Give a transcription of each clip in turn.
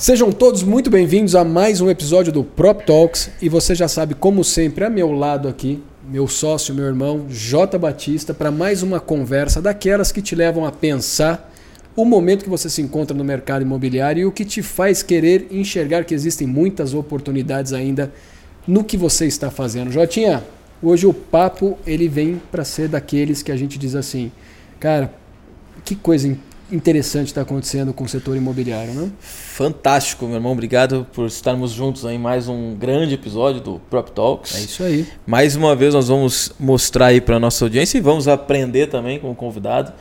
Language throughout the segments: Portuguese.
Sejam todos muito bem-vindos a mais um episódio do Prop Talks. E você já sabe, como sempre, a meu lado aqui, meu sócio, meu irmão, J. Batista, para mais uma conversa daquelas que te levam a pensar o momento que você se encontra no mercado imobiliário e o que te faz querer enxergar que existem muitas oportunidades ainda no que você está fazendo. Jotinha, hoje o papo ele vem para ser daqueles que a gente diz assim, cara, que coisa interessante está acontecendo com o setor imobiliário, né? Fantástico, meu irmão. Obrigado por estarmos juntos em mais um grande episódio do Prop Talks. É isso aí. Mais uma vez nós vamos mostrar aí para a nossa audiência e vamos aprender também com o convidado.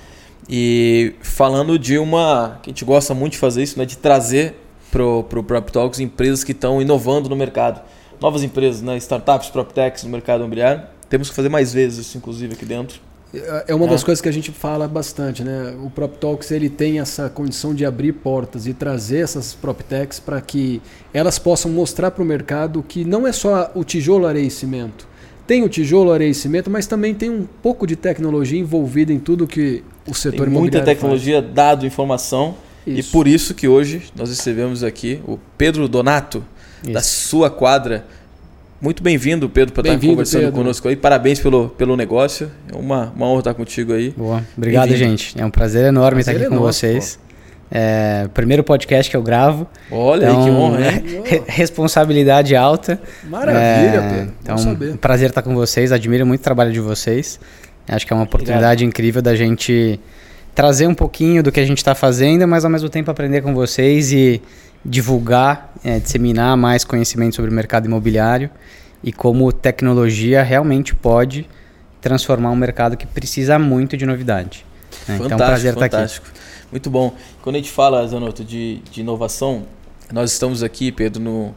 E falando de uma... que a gente gosta muito de fazer isso, né? De trazer para o Prop Talks empresas que estão inovando no mercado. Novas empresas, né? Startups, PropTechs no mercado imobiliário. Temos que fazer mais vezes isso, inclusive, aqui dentro. É uma das coisas que a gente fala bastante, né? O Prop Talks ele tem essa condição de abrir portas e trazer essas PropTechs para que elas possam mostrar para o mercado que não é só o tijolo, areia e cimento. Tem o tijolo, areia e cimento, mas também tem um pouco de tecnologia envolvida em tudo que o setor imobiliário muita tecnologia, faz. Dado, informação. Isso. E por isso que hoje nós recebemos aqui o Pedro Donato, da Sua Quadra. Muito bem-vindo, Pedro, para estar conversando Pedro. Conosco aí. Parabéns pelo negócio. É uma honra estar contigo aí. Boa. Obrigado, gente. É um prazer enorme estar aqui com vocês. É o primeiro podcast que eu gravo. Olha então, aí, que honra, né? Responsabilidade alta. Maravilha, Pedro. Então, um prazer estar com vocês. Admiro muito o trabalho de vocês. Acho que é uma oportunidade incrível da gente trazer um pouquinho do que a gente está fazendo, mas ao mesmo tempo aprender com vocês e divulgar, disseminar mais conhecimento sobre o mercado imobiliário e como tecnologia realmente pode transformar um mercado que precisa muito de novidade. Fantástico, então, prazer estar aqui. Muito bom. Quando a gente fala, Zanotto, de inovação, nós estamos aqui, Pedro,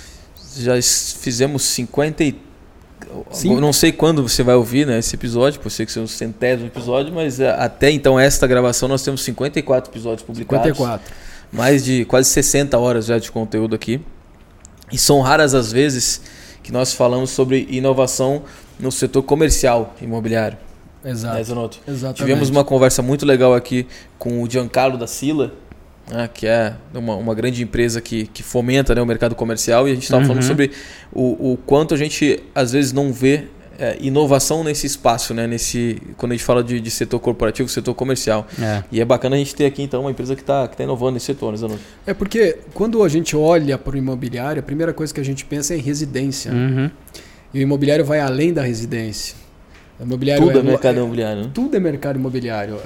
já fizemos 50 e... Sim. Não sei quando você vai ouvir, né, esse episódio, pode ser que seja o 100º episódio, mas até então, esta gravação, nós temos 54 episódios publicados. 54. Mais de quase 60 horas já de conteúdo aqui. E são raras as vezes que nós falamos sobre inovação no setor comercial imobiliário. Exato. Exatamente. Tivemos uma conversa muito legal aqui com o Giancarlo da Sila, né, que é uma grande empresa que fomenta, né, o mercado comercial, e a gente estava falando sobre o quanto a gente às vezes não vê inovação nesse espaço, né, quando a gente fala de setor corporativo, setor comercial. E é bacana a gente ter aqui então uma empresa que está inovando nesse setor, né, Zanotto? É porque quando a gente olha para o imobiliário, a primeira coisa que a gente pensa é em residência. E o imobiliário vai além da residência. Tudo é mercado imobiliário. Né? Tudo é mercado imobiliário.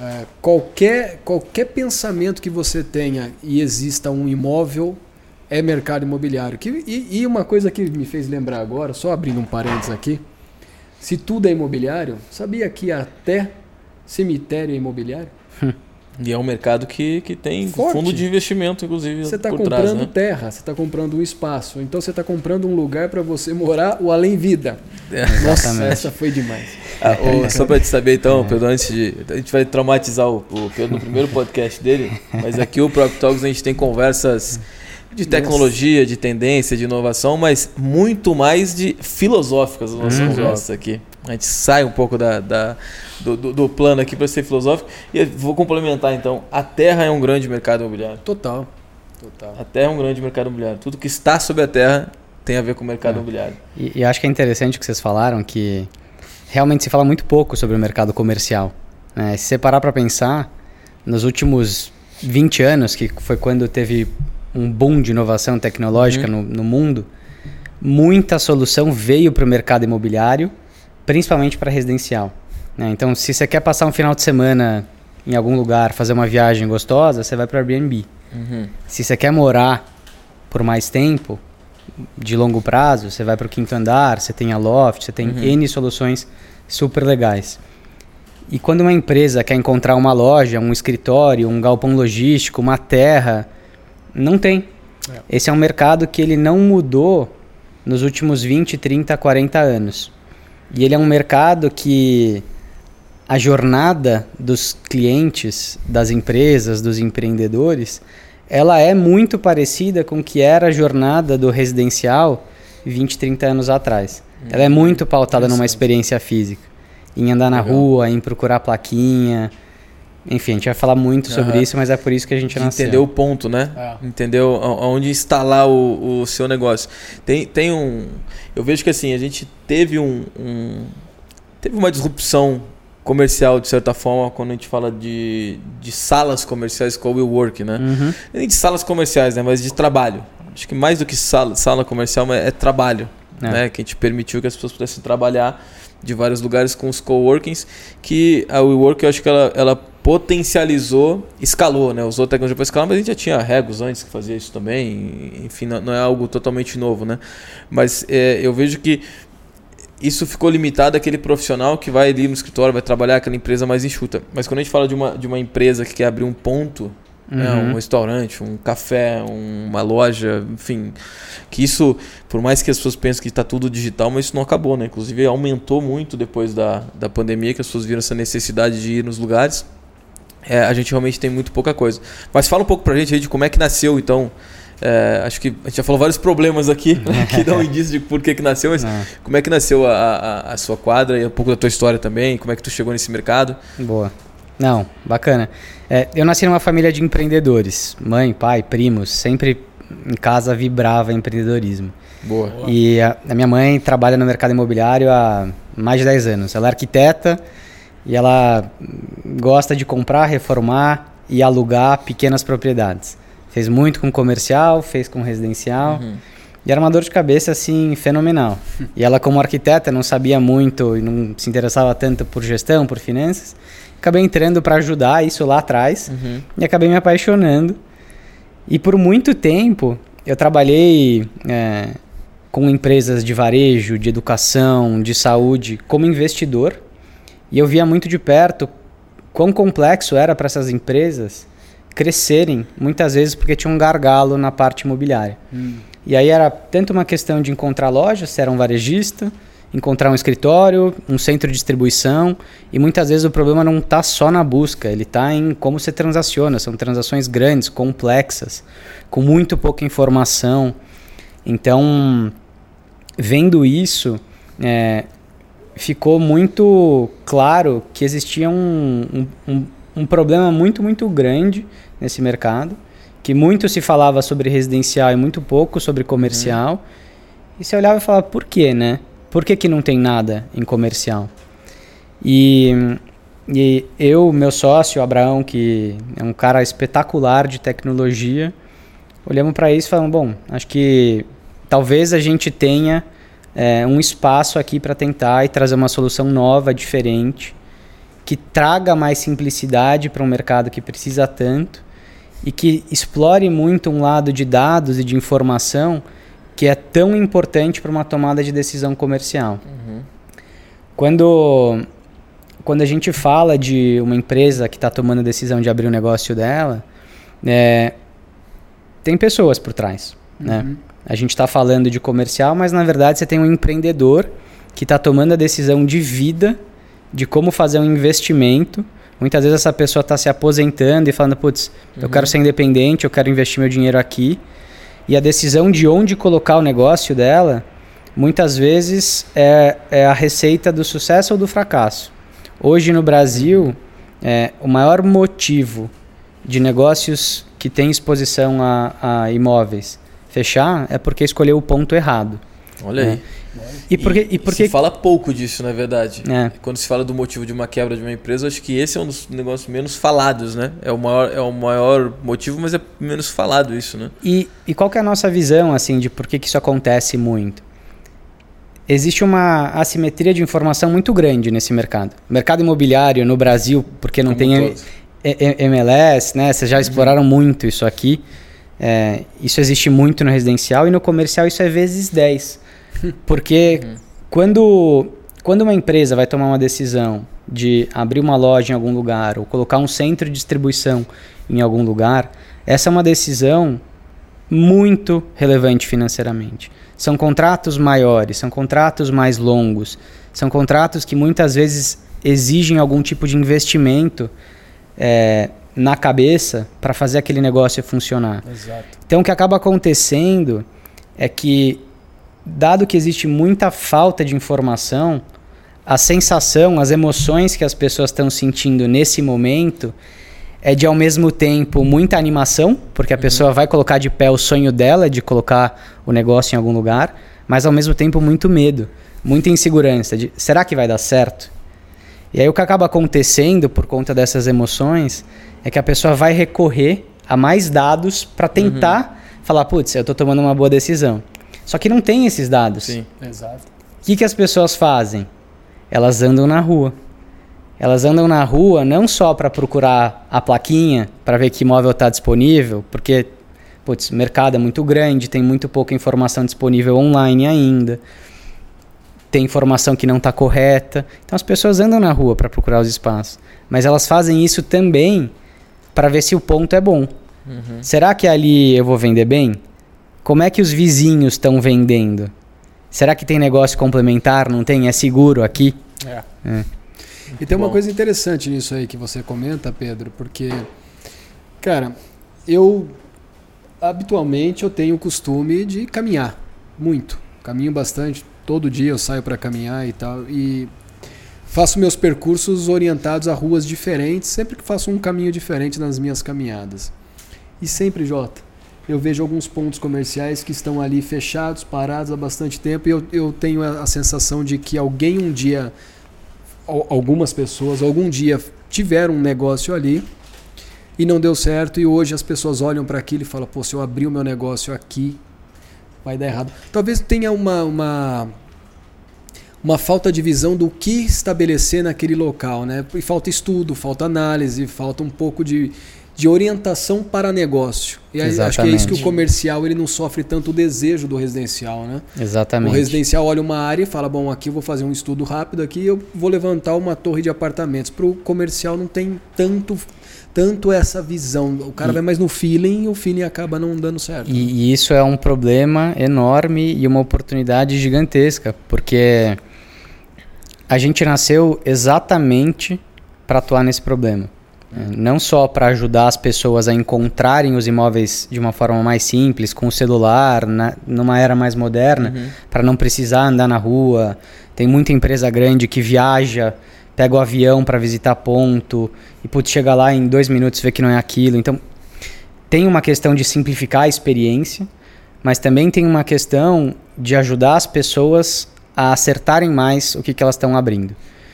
Qualquer pensamento que você tenha e exista um imóvel é mercado imobiliário. E uma coisa que me fez lembrar agora, só abrindo um parênteses aqui, se tudo é imobiliário, sabia que até cemitério é imobiliário? E é um mercado que tem forte. Fundo de investimento, inclusive. Você está comprando terra, você está comprando um espaço. Então você está comprando um lugar para você morar, o além-vida. Nossa, essa foi demais. Só para te saber então, Pedro, a gente vai traumatizar o Pedro no primeiro podcast dele, mas aqui o Prop Talks a gente tem conversas de tecnologia, de tendência, de inovação, mas muito mais de filosóficas as nossas conversas aqui. A gente sai um pouco do plano aqui para ser filosófico. E vou complementar então. A terra é um grande mercado imobiliário. Total. A terra é um grande mercado imobiliário. Tudo que está sobre a terra tem a ver com o mercado imobiliário. E acho que é interessante o que vocês falaram, que realmente se fala muito pouco sobre o mercado comercial. Se você parar para pensar, nos últimos 20 anos, que foi quando teve um boom de inovação tecnológica no mundo, muita solução veio para o mercado imobiliário, principalmente para residencial. Então, se você quer passar um final de semana em algum lugar, fazer uma viagem gostosa, você vai para o Airbnb. Se você quer morar por mais tempo, de longo prazo, você vai para o quinto andar, você tem a loft, você tem N soluções super legais. E quando uma empresa quer encontrar uma loja, um escritório, um galpão logístico, uma terra, não tem. Esse é um mercado que ele não mudou nos últimos 20, 30, 40 anos. E ele é um mercado que a jornada dos clientes, das empresas, dos empreendedores, ela é muito parecida com o que era a jornada do residencial 20, 30 anos atrás. Ela é muito pautada numa experiência física. Em andar na rua, em procurar plaquinha. Enfim, a gente vai falar muito sobre isso, mas é por isso que a gente nasceu. Entender o ponto, né? Entendeu onde instalar o seu negócio. Tem um... Eu vejo que assim, a gente teve teve uma disrupção comercial, de certa forma, quando a gente fala de salas comerciais com o WeWork, né? Nem de salas comerciais, né? Mas de trabalho. Acho que mais do que sala comercial é trabalho, né? Que a gente permitiu que as pessoas pudessem trabalhar de vários lugares com os coworkings, que a WeWork, eu acho que ela potencializou, escalou, né? Usou a tecnologia para escalar, mas a gente já tinha Regos antes que fazia isso também. Enfim, não é algo totalmente novo, né? Mas eu vejo que isso ficou limitado àquele profissional que vai ali no escritório, vai trabalhar aquela empresa mais enxuta. Mas quando a gente fala de uma empresa que quer abrir um ponto, né, um restaurante, um café, uma loja, enfim, que isso, por mais que as pessoas pensem que está tudo digital, mas isso não acabou, né? Inclusive aumentou muito depois da pandemia, que as pessoas viram essa necessidade de ir nos lugares. A gente realmente tem muito pouca coisa. Mas fala um pouco pra gente aí de como é que nasceu, então. Acho que a gente já falou vários problemas aqui que dão um indício de por que nasceu, mas como é que nasceu a sua quadra e um pouco da tua história também, como é que tu chegou nesse mercado? Boa. Não, bacana. Eu nasci numa família de empreendedores, mãe, pai, primos, sempre em casa vibrava empreendedorismo. Boa. E a minha mãe trabalha no mercado imobiliário há mais de 10 anos. Ela é arquiteta e ela gosta de comprar, reformar e alugar pequenas propriedades. Fez muito com comercial, fez com residencial. E era uma dor de cabeça, assim, fenomenal. E ela, como arquiteta, não sabia muito e não se interessava tanto por gestão, por finanças. Acabei entrando para ajudar isso lá atrás. E acabei me apaixonando. E por muito tempo, eu trabalhei com empresas de varejo, de educação, de saúde, como investidor. E eu via muito de perto quão complexo era para essas empresas crescerem, muitas vezes porque tinha um gargalo na parte imobiliária. E aí era tanto uma questão de encontrar lojas, se era um varejista, encontrar um escritório, um centro de distribuição, e muitas vezes o problema não está só na busca, ele está em como você transaciona. São transações grandes, complexas, com muito pouca informação. Então, vendo isso, ficou muito claro que existia um problema muito, muito grande nesse mercado, que muito se falava sobre residencial e muito pouco sobre comercial. E você olhava e falava, por quê, né? Por que não tem nada em comercial? E eu, meu sócio, Abraão, que é um cara espetacular de tecnologia, olhamos para isso e falamos, bom, acho que talvez a gente tenha um espaço aqui para tentar e trazer uma solução nova, diferente, que traga mais simplicidade para um mercado que precisa tanto e que explore muito um lado de dados e de informação que é tão importante para uma tomada de decisão comercial. Quando a gente fala de uma empresa que está tomando a decisão de abrir o negócio dela, tem pessoas por trás, né? A gente está falando de comercial, mas na verdade você tem um empreendedor que está tomando a decisão de vida de como fazer um investimento. Muitas vezes essa pessoa está se aposentando e falando, putz, eu quero ser independente, eu quero investir meu dinheiro aqui. E a decisão de onde colocar o negócio dela, muitas vezes é a receita do sucesso ou do fracasso. Hoje no Brasil, o maior motivo de negócios que têm exposição a imóveis fechar é porque escolheu o ponto errado. Olha aí. E porque se fala pouco disso, na verdade. Quando se fala do motivo de uma quebra de uma empresa, acho que esse é um dos negócios menos falados, né? É o maior motivo, mas é menos falado isso, né? E qual que é a nossa visão, assim, de por que isso acontece muito? Existe uma assimetria de informação muito grande nesse mercado. O mercado imobiliário no Brasil, porque não tem MLS, né? Vocês já exploraram muito isso aqui. Isso existe muito no residencial e no comercial isso é vezes 10. Porque quando uma empresa vai tomar uma decisão de abrir uma loja em algum lugar ou colocar um centro de distribuição em algum lugar, essa é uma decisão muito relevante financeiramente. São contratos maiores, são contratos mais longos, são contratos que muitas vezes exigem algum tipo de investimento na cabeça para fazer aquele negócio funcionar. Exato. Então o que acaba acontecendo é que, dado que existe muita falta de informação, a sensação, as emoções que as pessoas estão sentindo nesse momento é de, ao mesmo tempo, muita animação, porque a pessoa vai colocar de pé o sonho dela de colocar o negócio em algum lugar, mas ao mesmo tempo muito medo, muita insegurança de, será que vai dar certo? E aí o que acaba acontecendo por conta dessas emoções é que a pessoa vai recorrer a mais dados para tentar falar, putz, eu estou tomando uma boa decisão. Só que não tem esses dados. Sim. Exato. O que as pessoas fazem? Elas andam na rua. Elas andam na rua não só para procurar a plaquinha, para ver que imóvel está disponível, porque o mercado é muito grande, tem muito pouca informação disponível online ainda, tem informação que não está correta. Então as pessoas andam na rua para procurar os espaços, mas elas fazem isso também para ver se o ponto é bom. Será que ali eu vou vender bem? Como é que os vizinhos estão vendendo? Será que tem negócio complementar? Não tem? É seguro aqui? E tem uma coisa interessante nisso aí que você comenta, Pedro, porque, cara, habitualmente eu tenho o costume de caminhar muito. Caminho bastante, todo dia eu saio para caminhar e tal, e faço meus percursos orientados a ruas diferentes, sempre que faço um caminho diferente nas minhas caminhadas. E sempre, Jota, eu vejo alguns pontos comerciais que estão ali fechados, parados há bastante tempo, e eu tenho a sensação de que alguém um dia, algumas pessoas, algum dia tiveram um negócio ali e não deu certo, e hoje as pessoas olham para aquilo e falam, pô, se eu abrir o meu negócio aqui, vai dar errado. Talvez tenha uma falta de visão do que estabelecer naquele local, né? E falta estudo, falta análise, falta um pouco de orientação para negócio. E aí, acho que é isso que o comercial ele não sofre tanto o desejo do residencial, né? Exatamente. O residencial olha uma área e fala, bom, aqui eu vou fazer um estudo rápido aqui, eu vou levantar uma torre de apartamentos. Para o comercial não tem tanto essa visão. O cara vai mais no feeling e o feeling acaba não dando certo. E isso é um problema enorme e uma oportunidade gigantesca, porque a gente nasceu exatamente para atuar nesse problema. Não só para ajudar as pessoas a encontrarem os imóveis de uma forma mais simples, com o celular, numa era mais moderna, para não precisar andar na rua. Tem muita empresa grande que viaja, pega o avião para visitar ponto e chega lá em 2 minutos e vê que não é aquilo. Então, tem uma questão de simplificar a experiência, mas também tem uma questão de ajudar as pessoas a acertarem mais o que elas estão abrindo.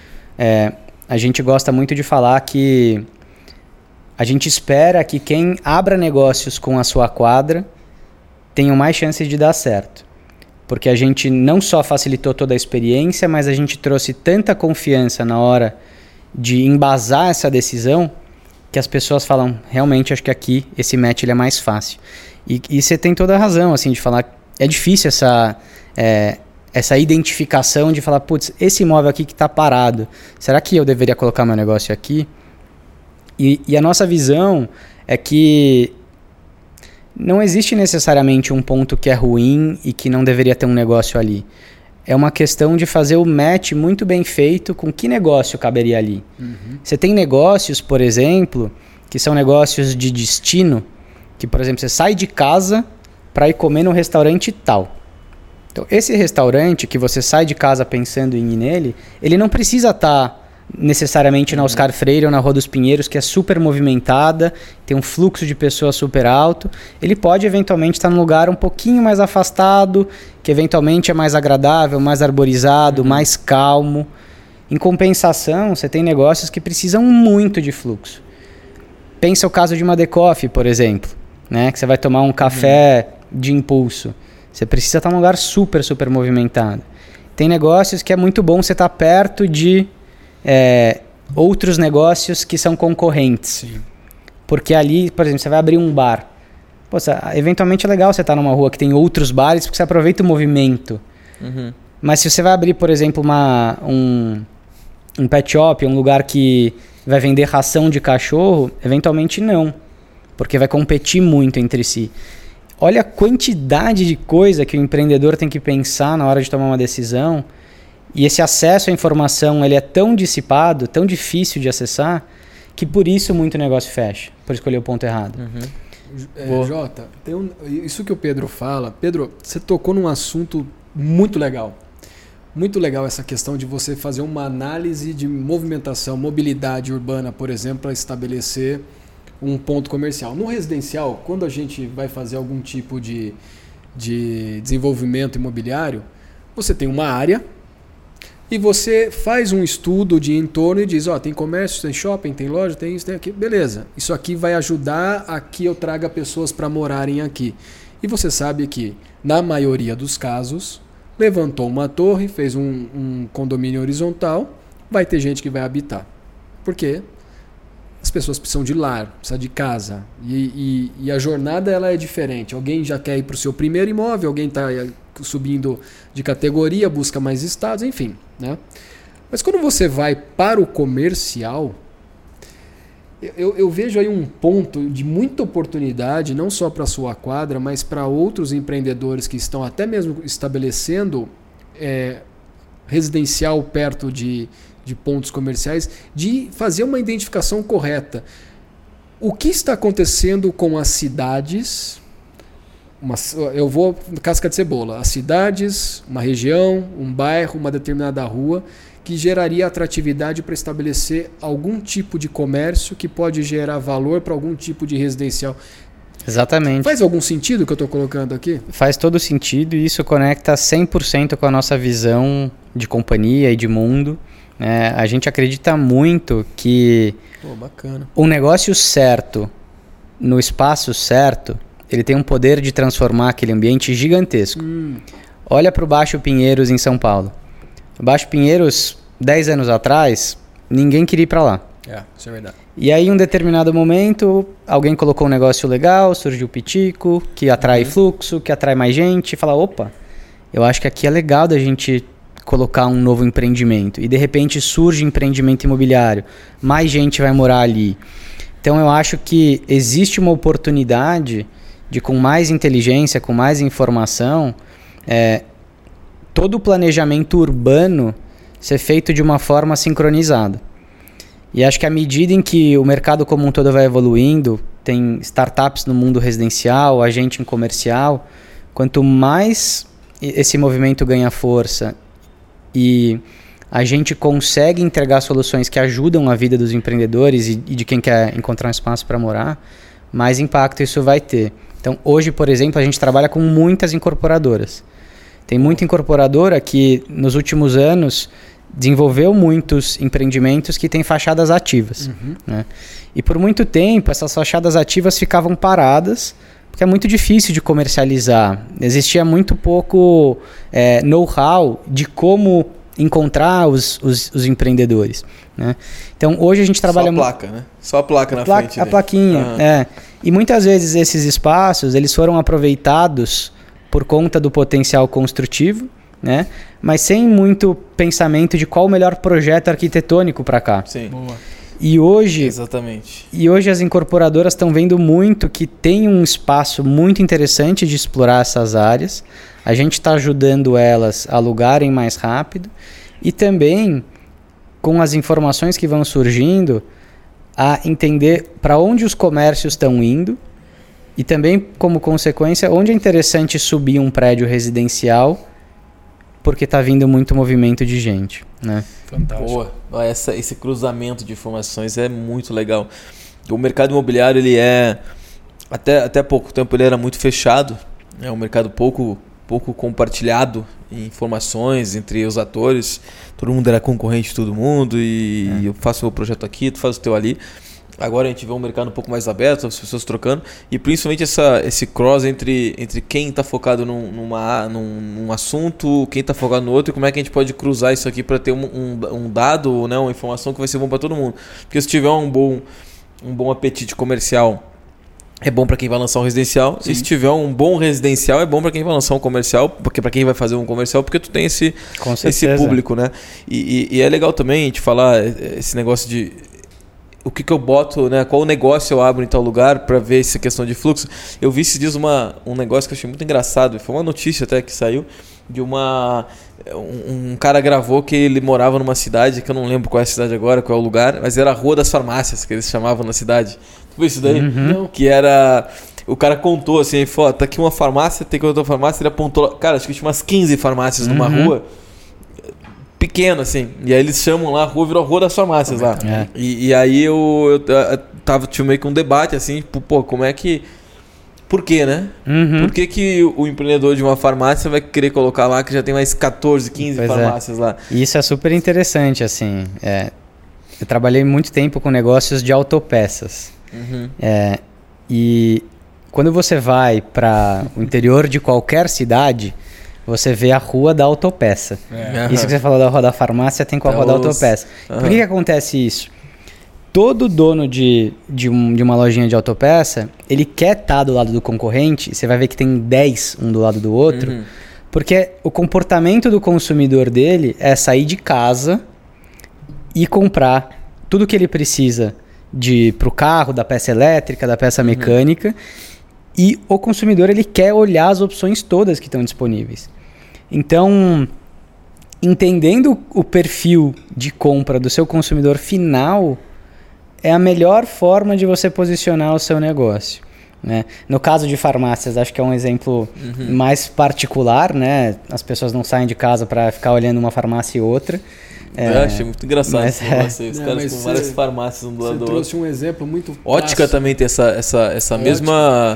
A gente gosta muito de falar que a gente espera que quem abra negócios com a sua quadra tenha mais chances de dar certo. Porque a gente não só facilitou toda a experiência, mas a gente trouxe tanta confiança na hora de embasar essa decisão que as pessoas falam, realmente acho que aqui esse match ele é mais fácil. E você tem toda a razão assim, de falar, é difícil essa identificação de falar, putz, esse imóvel aqui que está parado, será que eu deveria colocar meu negócio aqui? E a nossa visão é que não existe necessariamente um ponto que é ruim e que não deveria ter um negócio ali. É uma questão de fazer o match muito bem feito com que negócio caberia ali. Você tem negócios, por exemplo, que são negócios de destino, que, por exemplo, você sai de casa para ir comer no restaurante tal. Então, esse restaurante que você sai de casa pensando em ir nele, ele não precisa estar necessariamente na Oscar Freire ou na Rua dos Pinheiros, que é super movimentada, tem um fluxo de pessoas super alto. Ele pode eventualmente estar num lugar um pouquinho mais afastado, que eventualmente é mais agradável, mais arborizado, mais calmo. Em compensação, você tem negócios que precisam muito de fluxo. Pensa o caso de uma Decoff, por exemplo, né? Que você vai tomar um café de impulso. Você precisa estar num lugar super, super movimentado. Tem negócios que é muito bom você estar perto de outros negócios que são concorrentes. Sim. Porque ali, por exemplo, você vai abrir um bar. Eventualmente é legal você estar numa rua que tem outros bares, porque você aproveita o movimento. Mas se você vai abrir, por exemplo, um pet shop, um lugar que vai vender ração de cachorro, eventualmente não. Porque vai competir muito entre si. Olha a quantidade de coisa que o empreendedor tem que pensar na hora de tomar uma decisão. E esse acesso à informação ele é tão dissipado, tão difícil de acessar, que por isso muito negócio fecha, por escolher o ponto errado. Jota, isso que o Pedro fala, Pedro, você tocou num assunto muito legal. muito legal essa questão de você fazer uma análise de movimentação, mobilidade urbana, por exemplo, para estabelecer um ponto comercial. No residencial, quando a gente vai fazer algum tipo de desenvolvimento imobiliário, você tem uma área e você faz um estudo de entorno e diz, tem comércio, tem shopping, tem loja, tem isso, tem aquilo. Beleza, isso aqui vai ajudar a que eu traga pessoas para morarem aqui. E você sabe que, na maioria dos casos, levantou uma torre, fez um condomínio horizontal, vai ter gente que vai habitar. Por quê? As pessoas precisam de lar, precisam de casa. E a jornada ela é diferente. Alguém já quer ir para o seu primeiro imóvel, alguém está subindo de categoria, busca mais status, enfim. Né? Mas quando você vai para o comercial, eu vejo aí um ponto de muita oportunidade, não só para a sua quadra, mas para outros empreendedores que estão até mesmo estabelecendo residencial perto de pontos comerciais, de fazer uma identificação correta. O que está acontecendo com as cidades? Eu vou casca de cebola. As cidades, uma região, um bairro, uma determinada rua, que geraria atratividade para estabelecer algum tipo de comércio que pode gerar valor para algum tipo de residencial. Exatamente. Faz algum sentido o que eu estou colocando aqui? Faz todo sentido e isso conecta 100% com a nossa visão de companhia e de mundo. A gente acredita muito que bacana. Um negócio certo, no espaço certo, ele tem um poder de transformar aquele ambiente gigantesco. Olha para o Baixo Pinheiros em São Paulo. O Baixo Pinheiros, 10 anos atrás, ninguém queria ir para lá. Isso é verdade. E aí, em um determinado momento, alguém colocou um negócio legal, surgiu o Pitico, que atrai fluxo, que atrai mais gente, e fala, opa, eu acho que aqui é legal da gente colocar um novo empreendimento. E de repente surge empreendimento imobiliário, mais gente vai morar ali. Então eu acho que existe uma oportunidade de, com mais inteligência, com mais informação, todo o planejamento urbano ser feito de uma forma sincronizada. E acho que à medida em que o mercado como um todo vai evoluindo, tem startups no mundo residencial, agente em comercial, quanto mais esse movimento ganha força e a gente consegue entregar soluções que ajudam a vida dos empreendedores e de quem quer encontrar um espaço para morar, mais impacto isso vai ter. Então hoje, por exemplo, a gente trabalha com muitas incorporadoras. Tem muita incorporadora que nos últimos anos desenvolveu muitos empreendimentos que têm fachadas ativas. Né? E por muito tempo essas fachadas ativas ficavam paradas, porque é muito difícil de comercializar. Existia muito pouco know-how de como encontrar os empreendedores. Né? Então hoje a gente trabalha... Só a placa, né? Só a placa na frente. A plaquinha, E muitas vezes esses espaços eles foram aproveitados por conta do potencial construtivo, né? Mas sem muito pensamento de qual o melhor projeto arquitetônico para cá. Sim. Boa. E hoje, exatamente. E hoje as incorporadoras estão vendo muito que tem um espaço muito interessante de explorar essas áreas. A gente está ajudando elas a alugarem mais rápido e também com as informações que vão surgindo a entender para onde os comércios estão indo e também, como consequência, onde é interessante subir um prédio residencial porque está vindo muito movimento de gente, né? Fantástico. Boa. Esse cruzamento de informações é muito legal. O mercado imobiliário, ele é... Até pouco tempo ele era muito fechado. É um mercado pouco compartilhado em informações entre os atores. Todo mundo era concorrente de todo mundo e eu faço meu projeto aqui, tu faz o teu ali. Agora a gente vê um mercado um pouco mais aberto, as pessoas trocando. E principalmente esse cross entre quem está focado num assunto, quem está focado no outro, e como é que a gente pode cruzar isso aqui para ter um dado, né, uma informação que vai ser bom para todo mundo. Porque se tiver um bom apetite comercial, é bom para quem vai lançar um residencial. Sim. E se tiver um bom residencial, é bom para quem vai lançar um comercial, porque para quem vai fazer um comercial, porque tu tem esse público, né? E é legal também a gente falar esse negócio de o que eu boto, né? Qual negócio eu abro em tal lugar para ver essa questão de fluxo. Eu vi esses dias um negócio que eu achei muito engraçado. Foi uma notícia até que saiu de um cara gravou que ele morava numa cidade, que eu não lembro qual é a cidade agora, qual é o lugar, mas era a Rua das Farmácias, que eles chamavam na cidade. Tu viu isso daí? Não. Que era... O cara contou assim, ele falou, tá aqui uma farmácia, tem outra farmácia, ele apontou... Cara, acho que tinha umas 15 farmácias numa rua. pequeno, assim. E aí eles chamam lá, a rua virou a Rua das Farmácias lá. É. E aí eu tinha meio que um debate, assim, tipo, pô, como é que... Por quê, né? Por que o empreendedor de uma farmácia vai querer colocar lá que já tem mais 14, 15 farmácias lá? E isso é super interessante, assim. Eu trabalhei muito tempo com negócios de autopeças. E quando você vai para o interior de qualquer cidade, você vê a rua da autopeça. Isso que você falou da rua da farmácia tem com a rua da autopeça. Por que acontece isso? Todo dono de uma lojinha de autopeça, ele quer estar do lado do concorrente, você vai ver que tem 10 um do lado do outro, porque o comportamento do consumidor dele é sair de casa e comprar tudo que ele precisa para o carro, da peça elétrica, da peça mecânica, e o consumidor ele quer olhar as opções todas que estão disponíveis. Então, entendendo o perfil de compra do seu consumidor final, é a melhor forma de você posicionar o seu negócio, né? No caso de farmácias, acho que é um exemplo mais particular, né? As pessoas não saem de casa para ficar olhando uma farmácia e outra. Eu achei muito engraçado esse negócio. Os caras com várias farmácias um do lado do outro. Você trouxe um exemplo muito Ótica clássico. também tem essa mesmo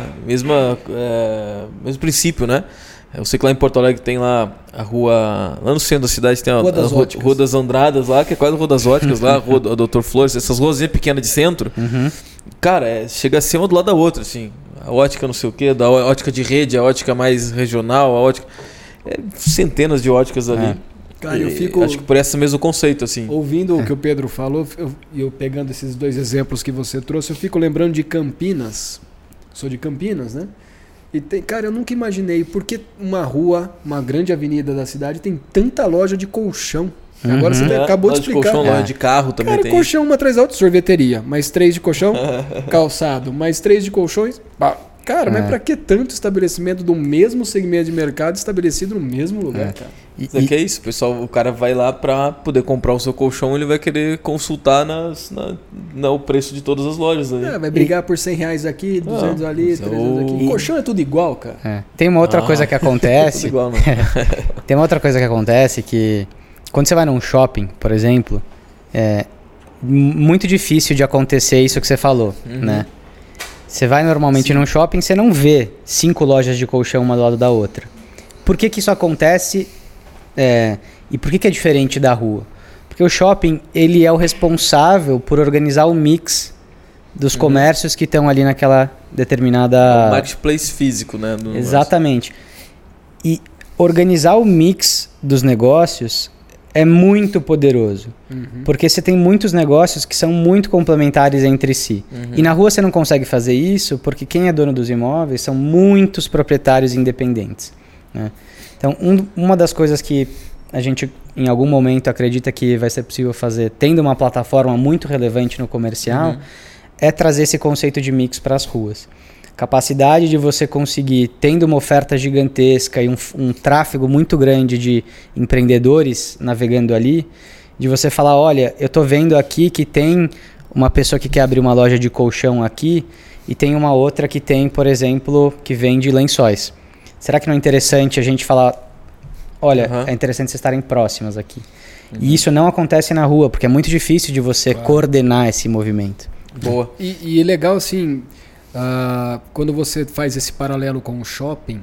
princípio, né? Eu sei que lá em Porto Alegre tem lá a rua... Lá no centro da cidade tem a Rua das Andradas lá, que é quase a Rua das Óticas lá, a Rua do Dr. Flores, essas ruazinhas pequenas de centro. Cara, chega a ser uma do lado da outra, assim. A ótica não sei o quê, da ótica de rede, a ótica mais regional, a ótica... centenas de óticas ali. Cara, eu fico... Acho que por esse mesmo conceito, assim. Ouvindo o que o Pedro falou, eu pegando esses dois exemplos que você trouxe, eu fico lembrando de Campinas. Sou de Campinas, né? E cara, eu nunca imaginei por que uma rua, uma grande avenida da cidade, tem tanta loja de colchão. Agora você acabou de explicar. Colchão, loja de carro também cara, tem. Colchão uma atrás da outra, sorveteria, mais 3 de colchão, calçado, mais 3 de colchões. Cara, mas pra que tanto estabelecimento do mesmo segmento de mercado estabelecido no mesmo lugar, cara? Que é isso, pessoal, o cara vai lá pra poder comprar o seu colchão, ele vai querer consultar o preço de todas as lojas ali. Vai brigar por R$100 aqui, 200 ali, 300 aqui. Colchão é tudo igual, cara. Tem uma outra coisa que acontece. Tudo igual, não. Tem uma outra coisa que acontece que quando você vai num shopping, por exemplo, é muito difícil de acontecer isso que você falou, né? Você vai normalmente num shopping, você não vê 5 lojas de colchão uma do lado da outra. Por que isso acontece e por que é diferente da rua? Porque o shopping ele é o responsável por organizar o mix dos comércios que estão ali naquela determinada... É um marketplace físico, né? Exatamente. E organizar o mix dos negócios é muito poderoso. Porque você tem muitos negócios que são muito complementares entre si. E na rua você não consegue fazer isso porque quem é dono dos imóveis são muitos proprietários independentes, né? Então, uma das coisas que a gente, em algum momento, acredita que vai ser possível fazer, tendo uma plataforma muito relevante no comercial, é trazer esse conceito de mix para as ruas. Capacidade de você conseguir, tendo uma oferta gigantesca e um tráfego muito grande de empreendedores navegando ali, de você falar, olha, eu estou vendo aqui que tem uma pessoa que quer abrir uma loja de colchão aqui e tem uma outra que tem, por exemplo, que vende lençóis. Será que não é interessante a gente falar, olha, é interessante vocês estarem próximas aqui. E isso não acontece na rua, porque é muito difícil de você coordenar esse movimento. Boa. E é legal, assim... quando você faz esse paralelo com o shopping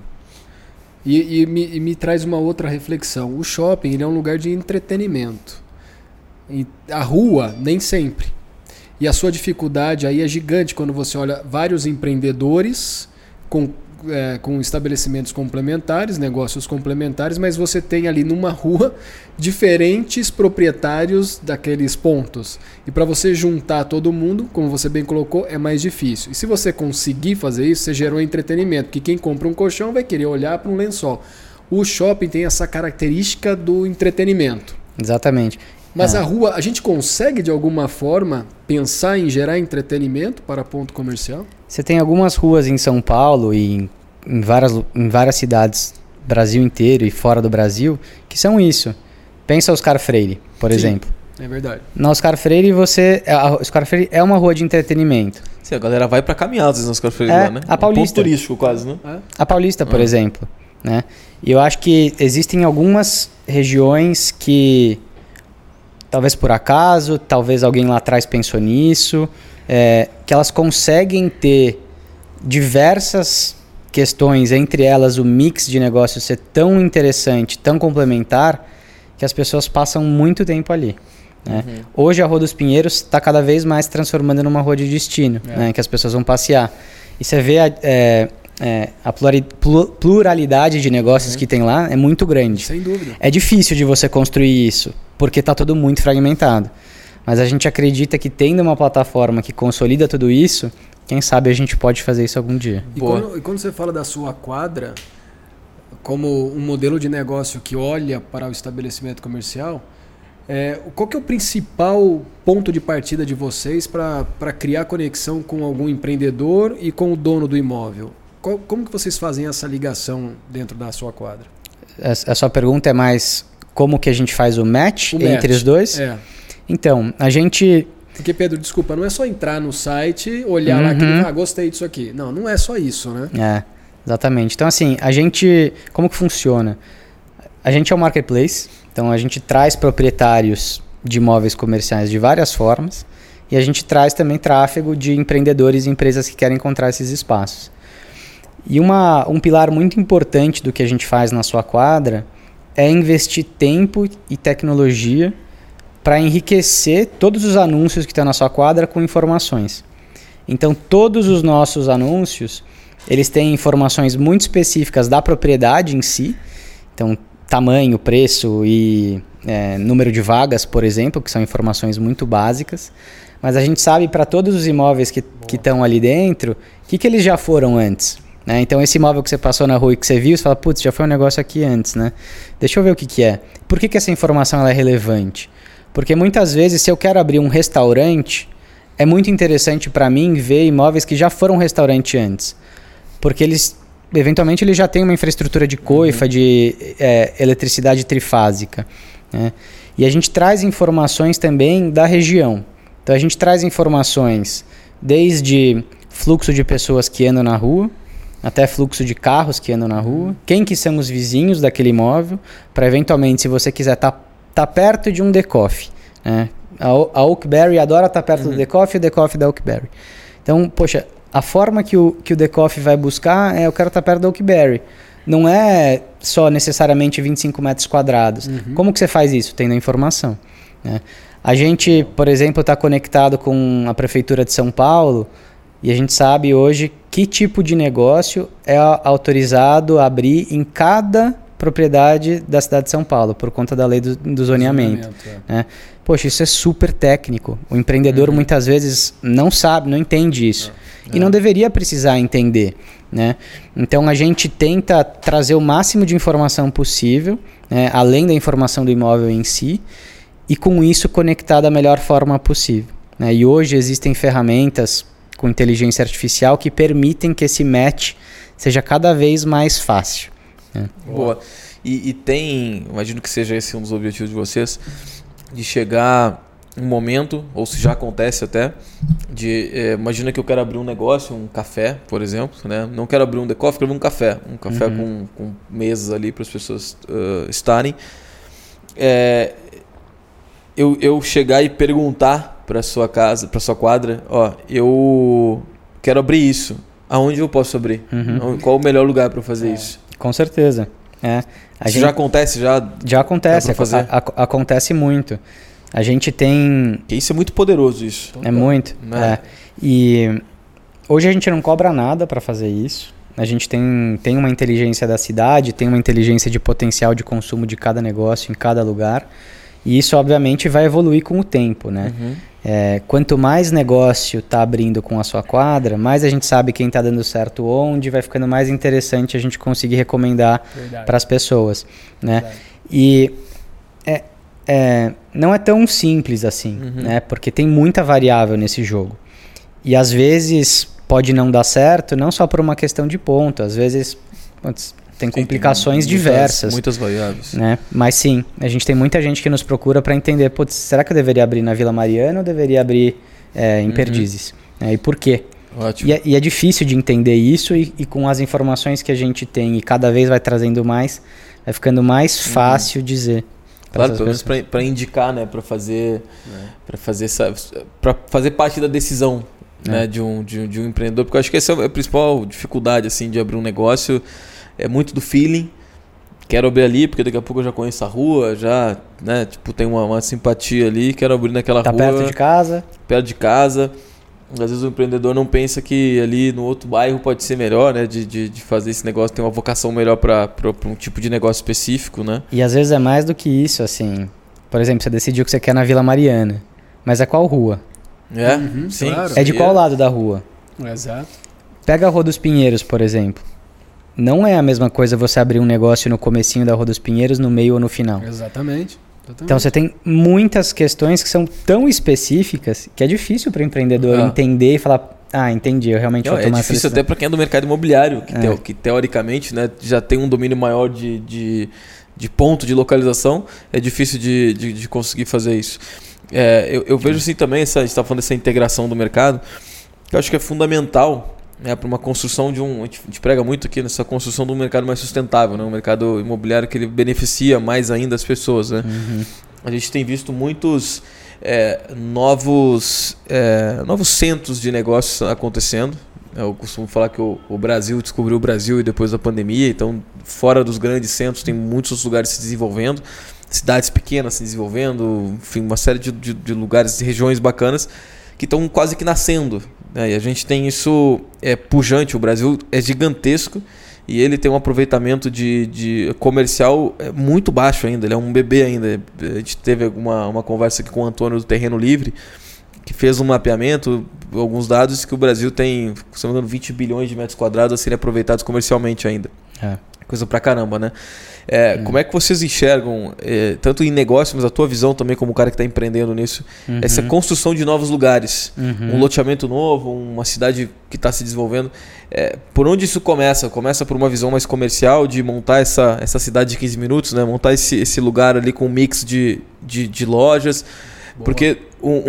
e me traz uma outra reflexão. O shopping ele é um lugar de entretenimento, e a rua nem sempre, e a sua dificuldade aí é gigante quando você olha vários empreendedores com estabelecimentos complementares, negócios complementares, mas você tem ali numa rua diferentes proprietários daqueles pontos. E para você juntar todo mundo, como você bem colocou, é mais difícil. E se você conseguir fazer isso, você gerou entretenimento, porque quem compra um colchão vai querer olhar para um lençol. O shopping tem essa característica do entretenimento. Exatamente. Mas a rua, a gente consegue de alguma forma pensar em gerar entretenimento para ponto comercial? Você tem algumas ruas em São Paulo e em várias cidades do Brasil inteiro e fora do Brasil que são isso. Pensa Oscar Freire, por exemplo. É verdade. Na Oscar Freire, Oscar Freire é uma rua de entretenimento. Sim, a galera vai para caminhar às vezes na Oscar Freire lá, né? A Paulista. Um ponto turístico quase, né? A Paulista, por exemplo, né? E eu acho que existem algumas regiões que talvez por acaso, talvez alguém lá atrás pensou nisso, que elas conseguem ter diversas questões, entre elas o mix de negócios ser tão interessante, tão complementar, que as pessoas passam muito tempo ali. Né? Hoje a Rua dos Pinheiros está cada vez mais transformando numa rua de destino, né? Que as pessoas vão passear. E você vê a pluralidade de negócios que tem lá é muito grande. Sem dúvida. É difícil de você construir isso, porque está tudo muito fragmentado. Mas a gente acredita que tendo uma plataforma que consolida tudo isso, quem sabe a gente pode fazer isso algum dia. E quando você fala da sua quadra como um modelo de negócio que olha para o estabelecimento comercial, qual que é o principal ponto de partida de vocês para criar conexão com algum empreendedor e com o dono do imóvel? Como que vocês fazem essa ligação dentro da sua quadra? A sua pergunta é mais como que a gente faz o match entre os dois? Então, a gente... Porque, Pedro, desculpa, não é só entrar no site, olhar lá e gostei disso aqui. Não é só isso, né? Exatamente. Então, assim, a gente... Como que funciona? A gente é um marketplace, então a gente traz proprietários de imóveis comerciais de várias formas e a gente traz também tráfego de empreendedores e empresas que querem encontrar esses espaços. E um pilar muito importante do que a gente faz na sua quadra é investir tempo e tecnologia para enriquecer todos os anúncios que estão na sua quadra com informações. Então, todos os nossos anúncios, eles têm informações muito específicas da propriedade em si. Então, tamanho, preço e número de vagas, por exemplo, que são informações muito básicas. Mas a gente sabe para todos os imóveis que estão ali dentro, o que eles já foram antes. Né? Então, esse imóvel que você passou na rua e que você viu, você fala, putz, já foi um negócio aqui antes, né? Deixa eu ver o que é. Por que essa informação ela é relevante? Porque muitas vezes, se eu quero abrir um restaurante, é muito interessante para mim ver imóveis que já foram restaurante antes. Porque eventualmente eles já têm uma infraestrutura de coifa, de eletricidade trifásica. Né? E a gente traz informações também da região. Então a gente traz informações desde fluxo de pessoas que andam na rua, até fluxo de carros que andam na rua, quem que são os vizinhos daquele imóvel, para eventualmente, se você quiser tá perto de um The Coffee. Né? A Oakberry adora estar perto do The Coffee e o The Coffee da Oakberry. Então, poxa, a forma que o The Coffee vai buscar eu quero estar perto da Oakberry. Não é só necessariamente 25 metros quadrados. Como que você faz isso? Tendo a informação. Né? A gente, por exemplo, está conectado com a Prefeitura de São Paulo e a gente sabe hoje que tipo de negócio é autorizado a abrir em cada propriedade da cidade de São Paulo, por conta da lei do zoneamento. Né? Poxa, isso é super técnico. O empreendedor muitas vezes não sabe, não entende isso. E não deveria precisar entender. Né? Então a gente tenta trazer o máximo de informação possível, né? Além da informação do imóvel em si, e com isso conectar da melhor forma possível. Né? E hoje existem ferramentas com inteligência artificial que permitem que esse match seja cada vez mais fácil. Boa. E tem, imagino que seja esse um dos objetivos de vocês, de chegar um momento, ou se já acontece até, imagina que eu quero abrir um negócio, um café, por exemplo, né? Não quero abrir um The Coffee, quero abrir um café com mesas ali para as pessoas estarem. Eu chegar e perguntar para sua casa, para sua quadra, eu quero abrir isso, aonde eu posso abrir? Qual o melhor lugar para fazer isso? Com certeza. Isso já acontece? Já acontece, acontece muito. A gente tem... Isso é muito poderoso, isso. É muito. E hoje a gente não cobra nada para fazer isso. A gente tem uma inteligência da cidade, tem uma inteligência de potencial de consumo de cada negócio em cada lugar. E isso, obviamente, vai evoluir com o tempo, né? Quanto mais negócio está abrindo com a sua quadra, mais a gente sabe quem está dando certo onde, vai ficando mais interessante a gente conseguir recomendar para as pessoas, né? E não é tão simples assim, né? Porque tem muita variável nesse jogo. E às vezes pode não dar certo, não só por uma questão de ponto, às vezes tem complicações diversas. Muitas variáveis. Né? Mas sim, a gente tem muita gente que nos procura para entender, será que eu deveria abrir na Vila Mariana ou deveria abrir em Perdizes? E por quê? Ótimo. E é difícil de entender isso e com as informações que a gente tem e cada vez vai trazendo mais, vai ficando mais fácil dizer. Claro, pelo menos para indicar, né? Para fazer parte da decisão, né? de um empreendedor. Porque eu acho que essa é a principal dificuldade assim, de abrir um negócio. É muito do feeling. Quero abrir ali, porque daqui a pouco eu já conheço a rua, já, né, tipo, tem uma simpatia ali, quero abrir naquela rua. Tá perto de casa. Perto de casa. Às vezes o empreendedor não pensa que ali no outro bairro pode ser melhor, né, de fazer esse negócio, ter uma vocação melhor para um tipo de negócio específico, né? E às vezes é mais do que isso, assim. Por exemplo, você decidiu que você quer na Vila Mariana, mas é qual rua? Sim. Claro. É de qual lado da rua? Exato. Pega a Rua dos Pinheiros, por exemplo. Não é a mesma coisa você abrir um negócio no comecinho da Rua dos Pinheiros, no meio ou no final. Exatamente. Então você tem muitas questões que são tão específicas que é difícil para o empreendedor entender e falar, entendi, eu realmente vou tomar essa decisão. É difícil até para quem é do mercado imobiliário, que teoricamente, né, já tem um domínio maior de ponto de localização, é difícil de conseguir fazer isso. Eu vejo assim também, a gente está falando dessa integração do mercado, que eu acho que é fundamental, né, para uma construção a gente prega muito aqui nessa construção de um mercado mais sustentável, né, um mercado imobiliário que ele beneficia mais ainda as pessoas, né? A gente tem visto muitos novos centros de negócios acontecendo. Eu costumo falar que o Brasil descobriu o Brasil e depois da pandemia, então fora dos grandes centros tem muitos outros lugares se desenvolvendo, cidades pequenas se desenvolvendo, enfim, uma série de lugares, de regiões bacanas que estão quase que nascendo. E a gente tem isso pujante. O Brasil é gigantesco e ele tem um aproveitamento de comercial muito baixo ainda. Ele é um bebê ainda. A gente teve uma conversa aqui com o Antônio do Terreno Livre, que fez um mapeamento, alguns dados que o Brasil tem, se não me engano, 20 bilhões de metros quadrados a serem aproveitados comercialmente ainda. Coisa pra caramba, né? Como é que vocês enxergam, tanto em negócio, mas a tua visão também como cara que está empreendendo nisso, essa construção de novos lugares, um loteamento novo, uma cidade que está se desenvolvendo, por onde isso começa? Começa por uma visão mais comercial de montar essa cidade de 15 minutos, né? Montar esse lugar ali com um mix de lojas. Boa. Porque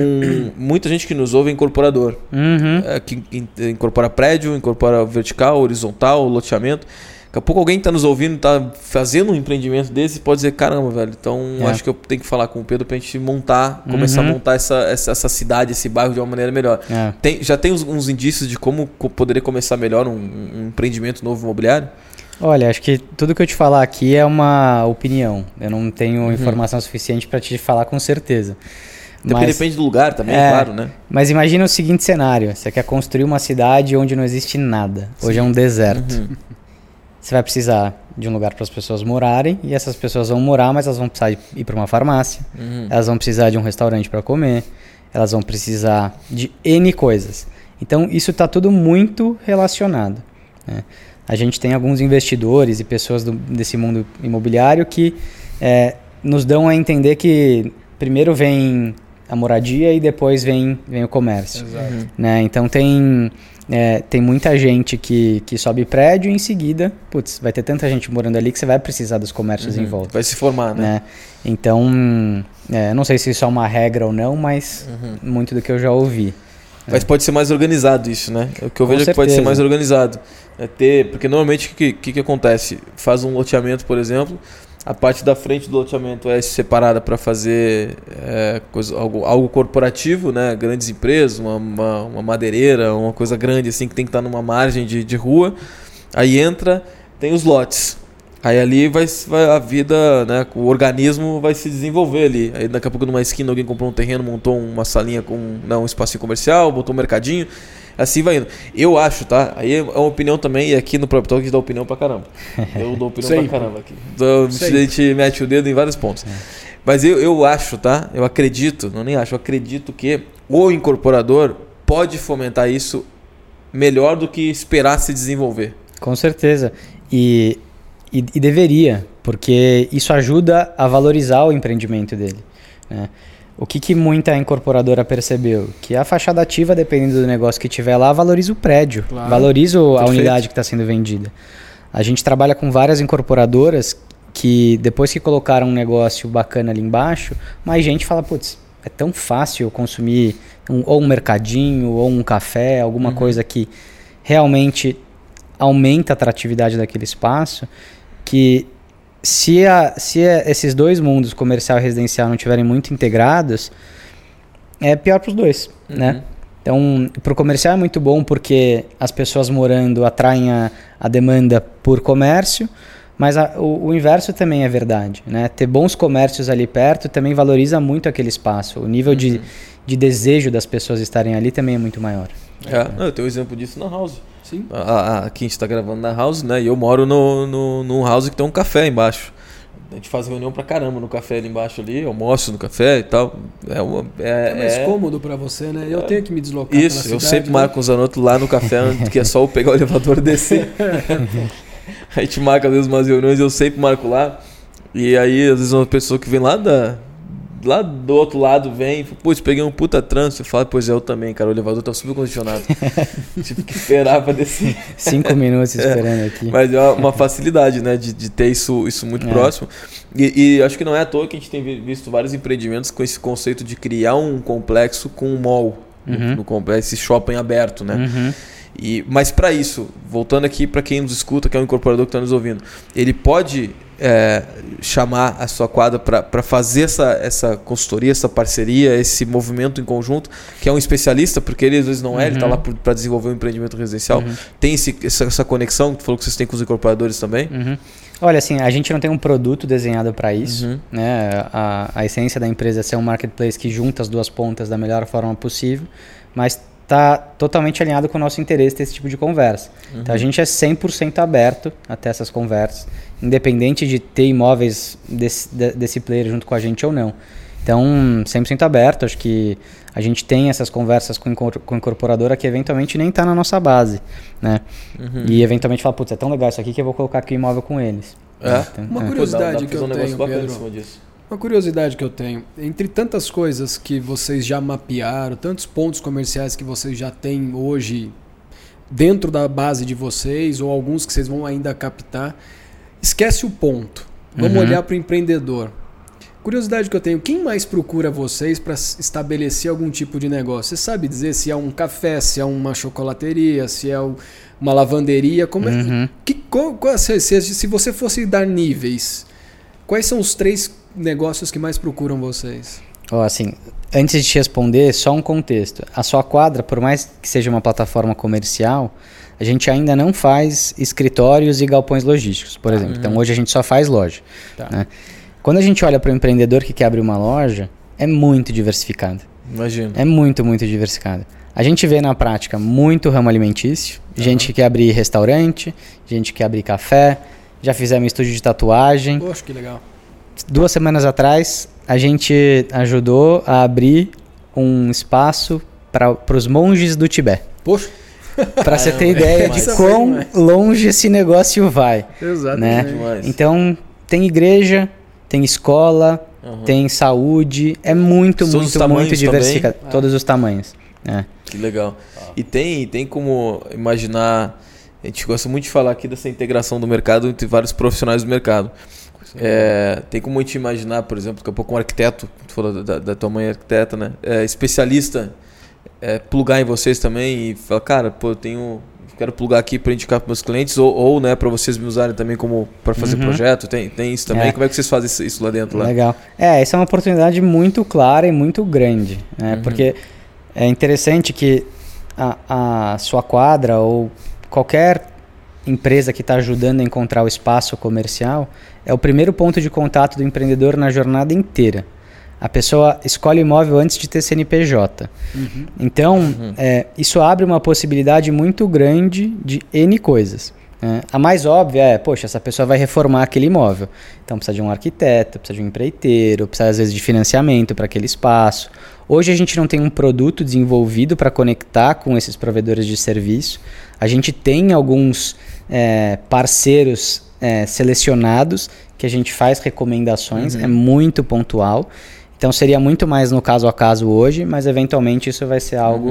muita gente que nos ouve é incorporador, que incorpora prédio, incorpora vertical, horizontal, loteamento. Daqui a pouco alguém está nos ouvindo, está fazendo um empreendimento desse e pode dizer, caramba, velho, então acho que eu tenho que falar com o Pedro para a gente começar a montar essa cidade, esse bairro de uma maneira melhor. Já tem uns indícios de como poderia começar melhor um empreendimento novo imobiliário? Olha, acho que tudo que eu te falar aqui é uma opinião. Eu não tenho informação suficiente para te falar com certeza. Depende do lugar também, claro, né? Mas imagina o seguinte cenário. Você quer construir uma cidade onde não existe nada. Hoje é um deserto. Você vai precisar de um lugar para as pessoas morarem, e essas pessoas vão morar, mas elas vão precisar ir para uma farmácia, elas vão precisar de um restaurante para comer, elas vão precisar de N coisas. Então isso está tudo muito relacionado, né? A gente tem alguns investidores e pessoas desse mundo imobiliário que nos dão a entender que primeiro vem a moradia e depois vem o comércio. Né? Então tem muita gente que sobe prédio e em seguida, vai ter tanta gente morando ali que você vai precisar dos comércios em volta. Vai se formar, né? Então, não sei se isso é uma regra ou não, mas muito do que eu já ouvi. Mas pode ser mais organizado isso, né? O que eu vejo é que pode ser mais organizado. Porque normalmente o que acontece? Faz um loteamento, por exemplo, a parte da frente do loteamento é separada para fazer algo corporativo, né? Grandes empresas, uma madeireira, uma coisa grande assim que tem que estar numa margem de rua. Aí tem os lotes. Aí ali vai a vida, né? O organismo vai se desenvolver ali. Aí daqui a pouco numa esquina alguém comprou um terreno, montou uma salinha com um espacinho comercial, botou um mercadinho. Assim vai indo. Eu acho, tá? Aí é uma opinião também, e aqui no Próprio Talk a gente dá opinião pra caramba. Eu dou opinião pra caramba aqui. A gente mete o dedo em vários pontos. Mas eu acho, tá? Eu acredito, não nem acho, eu acredito que o incorporador pode fomentar isso melhor do que esperar se desenvolver. Com certeza. E deveria, porque isso ajuda a valorizar o empreendimento dele, né? O que muita incorporadora percebeu? Que a fachada ativa, dependendo do negócio que tiver lá, valoriza o prédio, valoriza a unidade que está sendo vendida. A gente trabalha com várias incorporadoras que depois que colocaram um negócio bacana ali embaixo, mais gente fala, é tão fácil eu consumir ou um mercadinho, ou um café, alguma coisa que realmente aumenta a atratividade daquele espaço, que se esses dois mundos, comercial e residencial, não estiverem muito integrados, é pior para os dois, né? Então, para o comercial é muito bom porque as pessoas morando atraem a demanda por comércio, mas o inverso também é verdade, né? Ter bons comércios ali perto também valoriza muito aquele espaço. O nível de desejo das pessoas estarem ali também é muito maior. Eu tenho um exemplo disso na House. Sim. Aqui a gente está gravando na House, né? E eu moro num house que tem um café embaixo. A gente faz reunião pra caramba no café ali embaixo ali, almoço no café e tal. É mais cômodo pra você, né? Eu tenho que me deslocar isso, pela cidade, eu sempre marco com o Zanotto lá no café, que é só eu pegar o elevador e descer. A gente marca às vezes umas reuniões, eu sempre marco lá. E aí às vezes uma pessoa que vem lá do outro lado vem, putz, peguei um puta trânsito. Eu falo, pois eu também, cara, o elevador tá super condicionado. Tive que esperar pra descer. 5 minutos esperando aqui. Mas é uma facilidade, né, de ter isso muito próximo. E acho que não é à toa que a gente tem visto vários empreendimentos com esse conceito de criar um complexo com um mall, no complexo, esse shopping aberto, né? Mas para isso, voltando aqui para quem nos escuta, que é um incorporador que está nos ouvindo, ele pode chamar a sua quadra para fazer essa consultoria, essa parceria, esse movimento em conjunto, que é um especialista, porque ele às vezes não ele está lá para desenvolver um empreendimento residencial. Tem essa conexão, que tu falou que vocês têm com os incorporadores também? Olha, assim, a gente não tem um produto desenhado para isso, né? A essência da empresa é ser um marketplace que junta as duas pontas da melhor forma possível, mas está totalmente alinhado com o nosso interesse ter esse tipo de conversa. Então a gente é 100% aberto a ter essas conversas, independente de ter imóveis desse player junto com a gente ou não. Então, 100% aberto, acho que a gente tem essas conversas com incorporadora que eventualmente nem está na nossa base, né? E eventualmente fala, putz, é tão legal isso aqui que eu vou colocar aqui o imóvel com eles. Então, uma curiosidade que eu tenho, Pedro. Uma curiosidade que eu tenho, entre tantas coisas que vocês já mapearam, tantos pontos comerciais que vocês já têm hoje dentro da base de vocês, ou alguns que vocês vão ainda captar, esquece o ponto. Vamos olhar para o empreendedor. Curiosidade que eu tenho, quem mais procura vocês para estabelecer algum tipo de negócio? Você sabe dizer se é um café, se é uma chocolateria, se é uma lavanderia? Como se você fosse dar níveis, quais são os 3 negócios que mais procuram vocês? Assim, antes de te responder, só um contexto. A sua quadra, por mais que seja uma plataforma comercial, a gente ainda não faz escritórios e galpões logísticos, por exemplo. Então hoje a gente só faz loja. Né? Quando a gente olha para o empreendedor que quer abrir uma loja, é muito diversificado. Imagino. É muito, muito diversificado. A gente vê na prática muito ramo alimentício, gente que quer abrir restaurante, gente que quer abrir café, já fizemos estúdio de tatuagem. Poxa, que legal. 2 semanas atrás, a gente ajudou a abrir um espaço para os monges do Tibete. Poxa! Para você ter ideia de quão longe esse negócio vai. Exatamente. Né? Então, tem igreja, tem escola, tem saúde. É muito diversificado. Todos os tamanhos. Que legal. E tem como imaginar... A gente gosta muito de falar aqui dessa integração do mercado entre vários profissionais do mercado. Tem como a gente imaginar, por exemplo, daqui a pouco um arquiteto, tu falou da tua mãe arquiteta, né? Especialista, plugar em vocês também e falar, cara, pô, quero plugar aqui para indicar para meus clientes ou né, para vocês me usarem também como para fazer projeto. Tem isso também. Como é que vocês fazem isso lá dentro? Legal. Essa é uma oportunidade muito clara e muito grande, né? Porque é interessante que a sua quadra ou qualquer empresa que está ajudando a encontrar o espaço comercial é o primeiro ponto de contato do empreendedor na jornada inteira. A pessoa escolhe o imóvel antes de ter CNPJ. Então, isso abre uma possibilidade muito grande de N coisas. A mais óbvia poxa, essa pessoa vai reformar aquele imóvel. Então, precisa de um arquiteto, precisa de um empreiteiro, precisa às vezes de financiamento para aquele espaço. Hoje a gente não tem um produto desenvolvido para conectar com esses provedores de serviço. A gente tem alguns parceiros selecionados que a gente faz recomendações, é muito pontual. Então seria muito mais no caso a caso hoje, mas eventualmente isso vai ser algo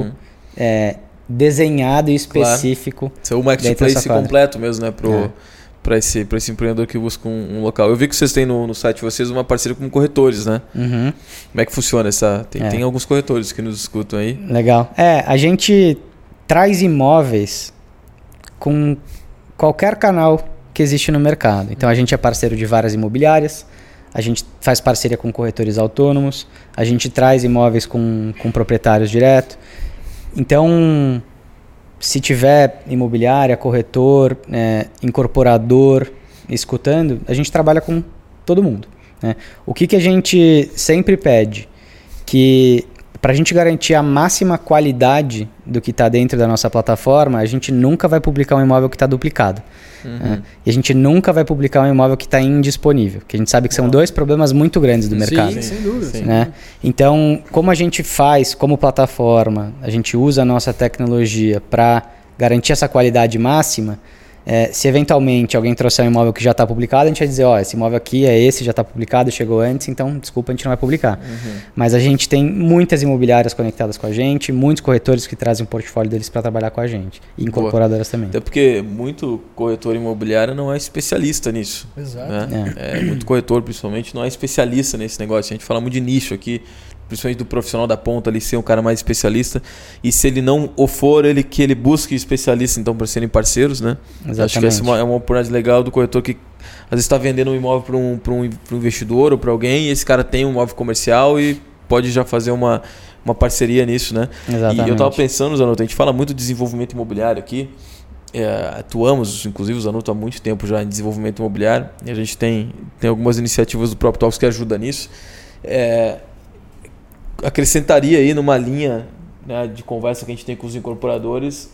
desenhado e específico. Ser o marketplace completo mesmo, né? Para esse empreendedor que busca um local. Eu vi que vocês têm no site de vocês uma parceria com corretores, né? Como é que funciona essa? Tem alguns corretores que nos escutam aí. Legal. A gente traz imóveis com qualquer canal que existe no mercado. Então a gente é parceiro de várias imobiliárias, a gente faz parceria com corretores autônomos, a gente traz imóveis com proprietários direto. Então, se tiver imobiliária, corretor, incorporador escutando, a gente trabalha com todo mundo, né? O que a gente sempre pede? Que para a gente garantir a máxima qualidade do que está dentro da nossa plataforma, a gente nunca vai publicar um imóvel que está duplicado. Né? E a gente nunca vai publicar um imóvel que está indisponível, que a gente sabe que são dois problemas muito grandes do mercado. Sim, sem dúvida. Né? Então, como a gente faz como plataforma, a gente usa a nossa tecnologia para garantir essa qualidade máxima. Se eventualmente alguém trouxer um imóvel que já está publicado, a gente vai dizer, esse imóvel aqui é esse, já está publicado, chegou antes, então desculpa, a gente não vai publicar. Mas a gente tem muitas imobiliárias conectadas com a gente, muitos corretores que trazem o portfólio deles para trabalhar com a gente, e incorporadoras também. Até porque muito corretor imobiliário não é especialista nisso. Exato. Né? Muito corretor, principalmente, não é especialista nesse negócio. A gente fala muito de nicho aqui, principalmente do profissional da ponta ali, ser um cara mais especialista. E se ele não o for, que ele busque especialista, então, para serem parceiros, né? Exatamente. Acho que essa é uma oportunidade legal do corretor que às vezes está vendendo um imóvel para um investidor ou para alguém, e esse cara tem um imóvel comercial e pode já fazer uma parceria nisso, né? Exatamente. E eu estava pensando, Zanotto, a gente fala muito de desenvolvimento imobiliário aqui. Atuamos, inclusive o Zanotto há muito tempo já em desenvolvimento imobiliário, e a gente tem algumas iniciativas do PropTalks que ajudam nisso. Acrescentaria aí numa linha, né, de conversa que a gente tem com os incorporadores,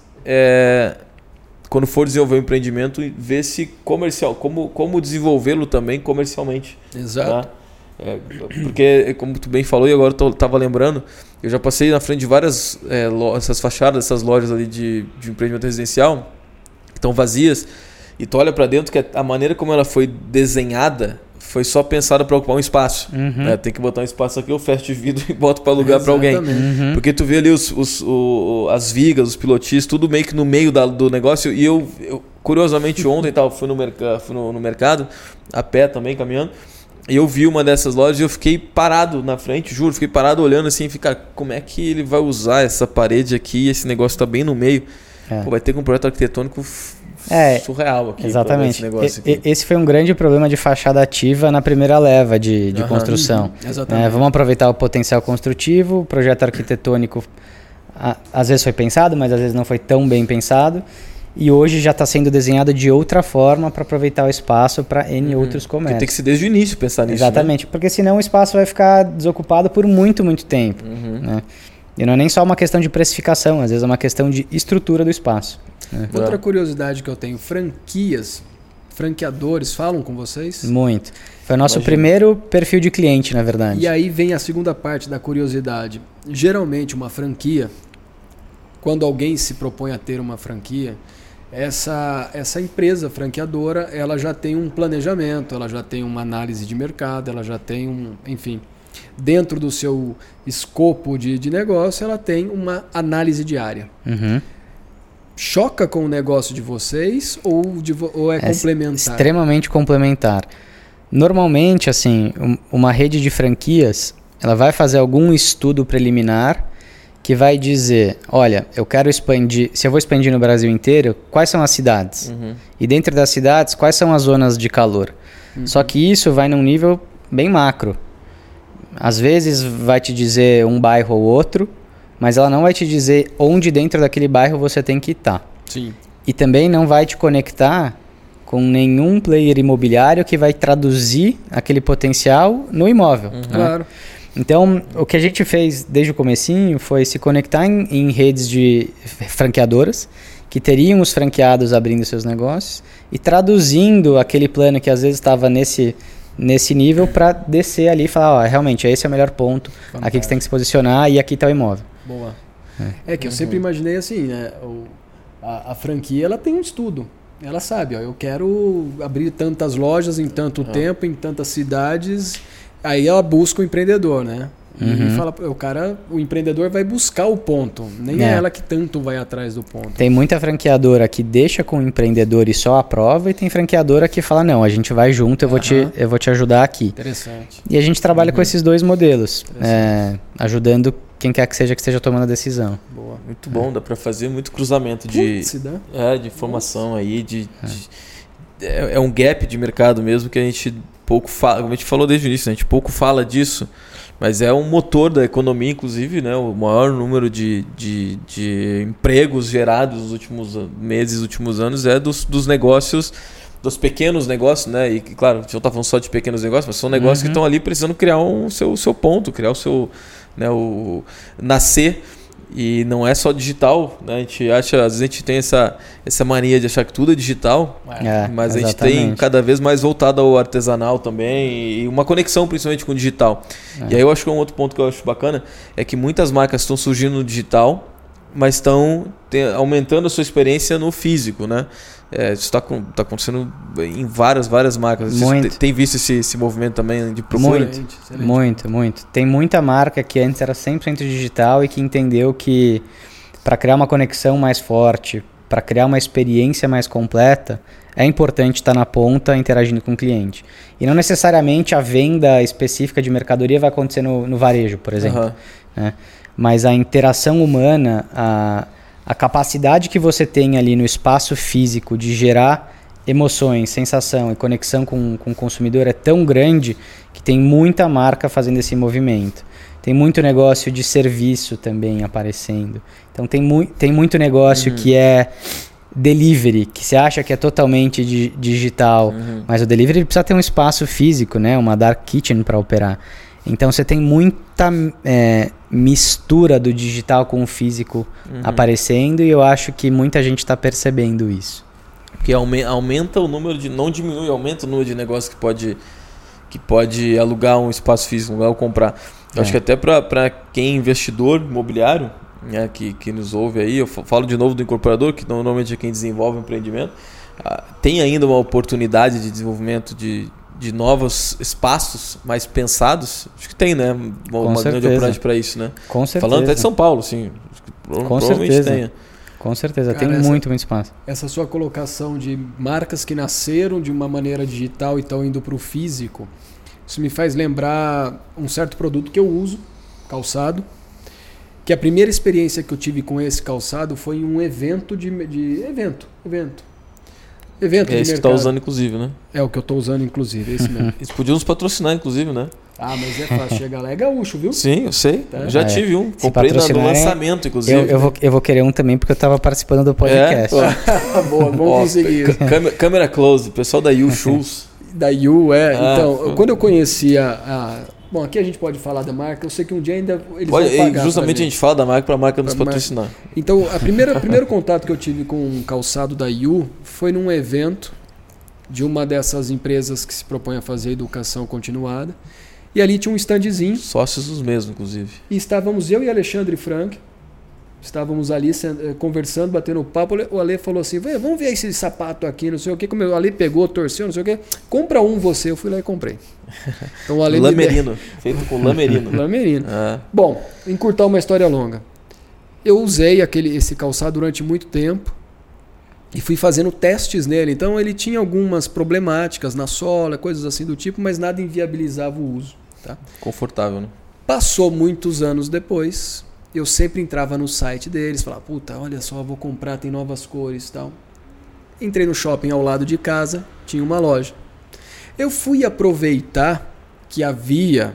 quando for desenvolver um empreendimento, ver se comercial, como desenvolvê-lo também comercialmente. Exato. Né? Porque, como tu bem falou, e agora eu estava lembrando, eu já passei na frente de várias essas fachadas, essas lojas ali de empreendimento residencial, que estão vazias, e tu olha para dentro que a maneira como ela foi desenhada foi só pensada para ocupar um espaço. Né? Tem que botar um espaço aqui, eu fecho de vidro e boto para alugar para alguém. Porque tu vê ali as vigas, os pilotis, tudo meio que no meio do negócio. E eu curiosamente, ontem fui no mercado, a pé também, caminhando, e eu vi uma dessas lojas e eu fiquei parado na frente, juro, fiquei parado olhando assim, como é que ele vai usar essa parede aqui, esse negócio tá bem no meio. Pô, vai ter um projeto arquitetônico surreal aqui. Exatamente. Esse negócio aqui. Esse foi um grande problema de fachada ativa na primeira leva de construção. Exatamente. Vamos aproveitar o potencial construtivo, o projeto arquitetônico às vezes foi pensado, mas às vezes não foi tão bem pensado. E hoje já está sendo desenhado de outra forma para aproveitar o espaço para N outros comércios. Porque tem que ser desde o início pensar nisso. Exatamente, né? Porque senão o espaço vai ficar desocupado por muito, muito tempo. Né? E não é nem só uma questão de precificação, às vezes é uma questão de estrutura do espaço. Outra curiosidade que eu tenho, franqueadores falam com vocês? Muito. Foi o nosso primeiro perfil de cliente, na verdade. E aí vem a segunda parte da curiosidade. Geralmente uma franquia, quando alguém se propõe a ter uma franquia, essa empresa franqueadora, ela já tem um planejamento, ela já tem uma análise de mercado, ela já tem enfim, dentro do seu escopo de negócio, ela tem uma análise diária. Choca com o negócio de vocês ou é complementar? Extremamente complementar. Normalmente, assim, uma rede de franquias, ela vai fazer algum estudo preliminar que vai dizer, olha, eu quero expandir, se eu vou expandir no Brasil inteiro, quais são as cidades? E dentro das cidades, quais são as zonas de calor? Só que isso vai num nível bem macro. Às vezes vai te dizer um bairro ou outro, mas ela não vai te dizer onde dentro daquele bairro você tem que estar. Sim. E também não vai te conectar com nenhum player imobiliário que vai traduzir aquele potencial no imóvel. Né? Claro. Então, o que a gente fez desde o comecinho foi se conectar em redes de franqueadoras, que teriam os franqueados abrindo seus negócios e traduzindo aquele plano que às vezes estava nesse nível para descer ali e falar, realmente, esse é o melhor ponto, aqui que você tem que se posicionar e aqui está o imóvel. Boa. É que eu sempre imaginei assim, né? A franquia, ela tem um estudo. Ela sabe, eu quero abrir tantas lojas em tanto tempo, em tantas cidades. Aí ela busca o empreendedor, né? E fala, o empreendedor vai buscar o ponto. Nem é ela que tanto vai atrás do ponto. Tem muita franqueadora que deixa com o empreendedor e só aprova, e tem franqueadora que fala, não, a gente vai junto, eu vou te ajudar aqui. Interessante. E a gente trabalha com esses dois modelos, ajudando quem quer que esteja tomando a decisão. Boa, muito bom, dá para fazer muito cruzamento de informação aí, é um gap de mercado mesmo que a gente pouco fala, como a gente falou desde o início, né? A gente pouco fala disso, mas é um motor da economia, inclusive, né? O maior número de empregos gerados nos últimos meses, últimos anos é dos negócios, dos pequenos negócios, né? E claro, a gente não está falando só de pequenos negócios, mas são negócios que estão ali precisando criar o seu ponto, criar o seu, né? Nascer. E não é só digital, né? A gente acha, às vezes a gente tem essa mania de achar que tudo é digital, mas a gente tem cada vez mais voltado ao artesanal também e uma conexão principalmente com o digital. E aí eu acho que um outro ponto que eu acho bacana é que muitas marcas estão surgindo no digital, mas estão aumentando a sua experiência no físico, né? Isso está acontecendo em várias marcas. Você tem visto esse movimento também de procura? Muito. Tem muita marca que antes era 100% digital e que entendeu que para criar uma conexão mais forte, para criar uma experiência mais completa, é importante estar na ponta interagindo com o cliente. E não necessariamente a venda específica de mercadoria vai acontecer no varejo, por exemplo. Né? Mas a interação humana, a capacidade que você tem ali no espaço físico de gerar emoções, sensação e conexão com o consumidor é tão grande que tem muita marca fazendo esse movimento. Tem muito negócio de serviço também aparecendo. Então tem muito negócio que é delivery, que você acha que é totalmente digital, mas o delivery precisa ter um espaço físico, né? Uma dark kitchen para operar. Então você tem muita mistura do digital com o físico aparecendo e eu acho que muita gente está percebendo isso. Porque aumenta o número não diminui, aumenta o número de negócios que pode alugar um espaço físico, alugar ou comprar. Eu acho que até para quem é investidor imobiliário, né, que nos ouve aí, eu falo de novo do incorporador, que normalmente é quem desenvolve o empreendimento, tem ainda uma oportunidade de desenvolvimento de novos espaços mais pensados. Acho que tem, né? Uma grande oportunidade para isso, né? Com certeza. Falando até de São Paulo, sim. Com certeza. Com certeza, cara, tem muito espaço. Essa sua colocação de marcas que nasceram de uma maneira digital e estão indo para o físico, isso me faz lembrar um certo produto que eu uso, calçado, que a primeira experiência que eu tive com esse calçado foi em um evento evento é de esse mercado. Que está usando, inclusive, né? É o que eu estou usando, inclusive, esse mesmo. Eles podiam nos patrocinar, inclusive, né? Ah, mas é fácil chegar lá, é gaúcho, viu? Sim, eu sei. Tá? Eu já tive um. Comprei no lançamento, inclusive. Eu vou querer um também, porque eu estava participando do podcast. Boa, vamos conseguir. Câmera close, pessoal da You Shoes. Da You, então, quando eu conheci Bom, aqui a gente pode falar da marca, eu sei que um dia ainda eles vão pagar. Justamente a gente fala da marca para a marca nos patrocinar. Então, o primeiro contato que eu tive com um calçado da You foi num evento de uma dessas empresas que se propõe a fazer educação continuada. E ali tinha um standzinho. Sócios os mesmos, inclusive. E estávamos eu e Alexandre Frank. Estávamos ali conversando, batendo papo. O Ale falou assim, vamos ver esse sapato aqui, não sei o que. Como o Ale pegou, torceu, não sei o que. Compra um você. Eu fui lá e comprei. Então, o Ale lamerino. Feito com lamerino. Lamerino. Bom, encurtar uma história longa. Eu usei esse calçado durante muito tempo. E fui fazendo testes nele. Então ele tinha algumas problemáticas na sola, coisas assim do tipo, mas nada inviabilizava o uso. Tá? Confortável, né? Passou muitos anos depois, eu sempre entrava no site deles, falava, puta, olha só, vou comprar, tem novas cores e tal. Entrei no shopping ao lado de casa, tinha uma loja. Eu fui aproveitar que havia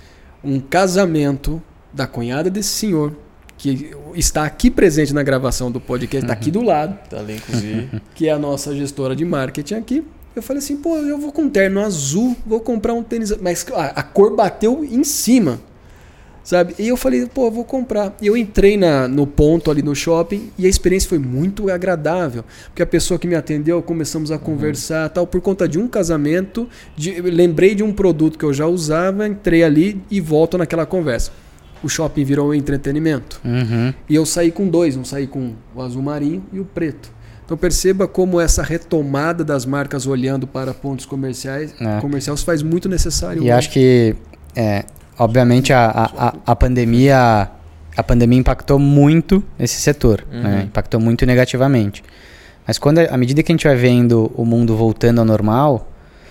um casamento da cunhada desse senhor, que está aqui presente na gravação do podcast, está aqui do lado. Está ali, inclusive. Que é a nossa gestora de marketing aqui. Eu falei assim, pô, eu vou com um terno azul, vou comprar um tênis... Mas a cor bateu em cima, sabe? E eu falei, pô, eu vou comprar. E eu entrei no ponto ali no shopping e a experiência foi muito agradável. Porque a pessoa que me atendeu, começamos a conversar, tal, por conta de um casamento, lembrei de um produto que eu já usava, entrei ali e volto naquela conversa. O shopping virou um entretenimento. E eu saí com dois, não saí com o azul marinho e o preto. Então perceba como essa retomada das marcas olhando para pontos comerciais faz muito necessário. E acho que, obviamente, a pandemia impactou muito esse setor. Né? Impactou muito negativamente. Mas à medida que a gente vai vendo o mundo voltando ao normal,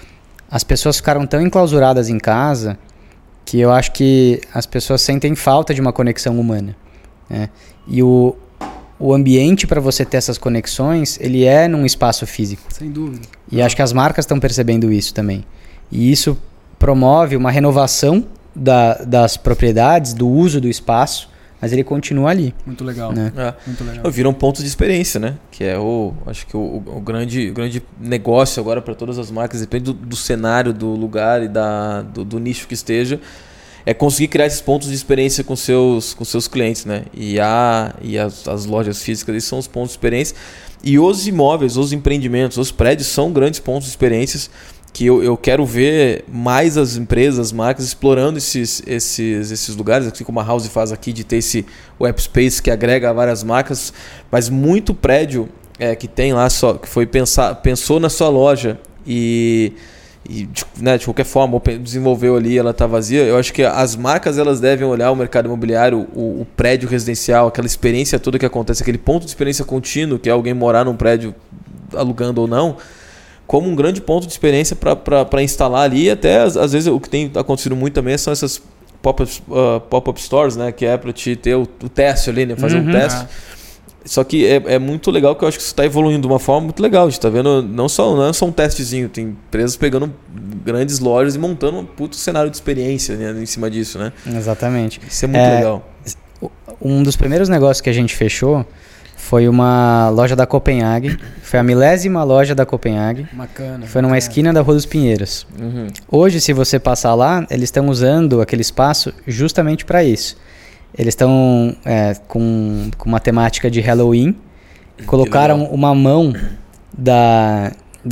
as pessoas ficaram tão enclausuradas em casa que eu acho que as pessoas sentem falta de uma conexão humana. Né? E o o ambiente para você ter essas conexões, ele é num espaço físico. Sem dúvida. E acho que as marcas estão percebendo isso também. E isso promove uma renovação das propriedades, do uso do espaço, mas ele continua ali. Muito legal. Né? Muito legal. Viram pontos de experiência, né? Que é acho que o grande negócio agora para todas as marcas, depende do cenário, do lugar e do nicho que esteja, é conseguir criar esses pontos de experiência com seus clientes, né? E as lojas físicas são os pontos de experiência. E os imóveis, os empreendimentos, os prédios são grandes pontos de experiências que eu quero ver mais as empresas, as marcas explorando esses lugares, assim como a House faz aqui, de ter esse web space que agrega várias marcas, mas muito prédio que tem lá, que foi pensou na sua loja e né, de qualquer forma desenvolveu ali, ela está vazia. Eu acho que as marcas elas devem olhar o mercado imobiliário, o prédio residencial, aquela experiência toda que acontece, aquele ponto de experiência contínuo, que é alguém morar num prédio alugando ou não, como um grande ponto de experiência para instalar ali. E até às vezes o que tem acontecido muito também são essas pop-up stores, né, que é para te ter o teste ali, né, fazer um teste. Só que é muito legal, que eu acho que isso está evoluindo de uma forma muito legal. A gente está vendo, não é só um testezinho, tem empresas pegando grandes lojas e montando um puto cenário de experiência, né, em cima disso, né? Exatamente. Isso é muito legal. Um dos primeiros negócios que a gente fechou foi uma loja da Copenhague. Foi a 1000ª loja da Copenhague. Bacana. Foi numa esquina da Rua dos Pinheiros. Uhum. Hoje, se você passar lá, eles estão usando aquele espaço justamente para isso. Eles estão com uma temática de Halloween. Colocaram uma mão da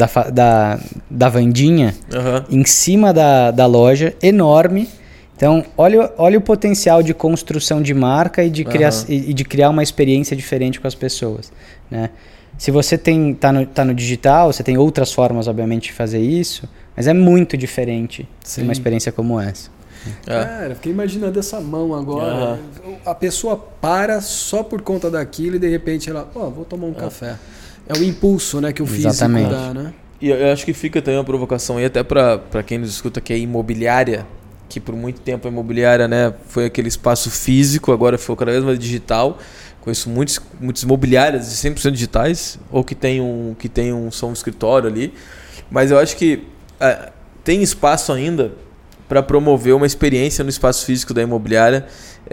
Vandinha em cima da loja, enorme. Então, olha o potencial de construção de marca e de criar uma experiência diferente com as pessoas, né? Se você tá no digital, você tem outras formas, obviamente, de fazer isso, mas é muito diferente de uma experiência como essa. Cara, fiquei imaginando essa mão agora. A pessoa para só por conta daquilo e de repente ela, vou tomar um café. É o impulso, né, que o físico dá, né? E eu acho que fica também uma provocação aí até para quem nos escuta, que é imobiliária, que por muito tempo a imobiliária, né, foi aquele espaço físico, agora foi cada vez mais digital. Conheço muitos imobiliárias de 100% digitais, ou que tem só um escritório ali. Mas eu acho que tem espaço ainda para promover uma experiência no espaço físico da imobiliária,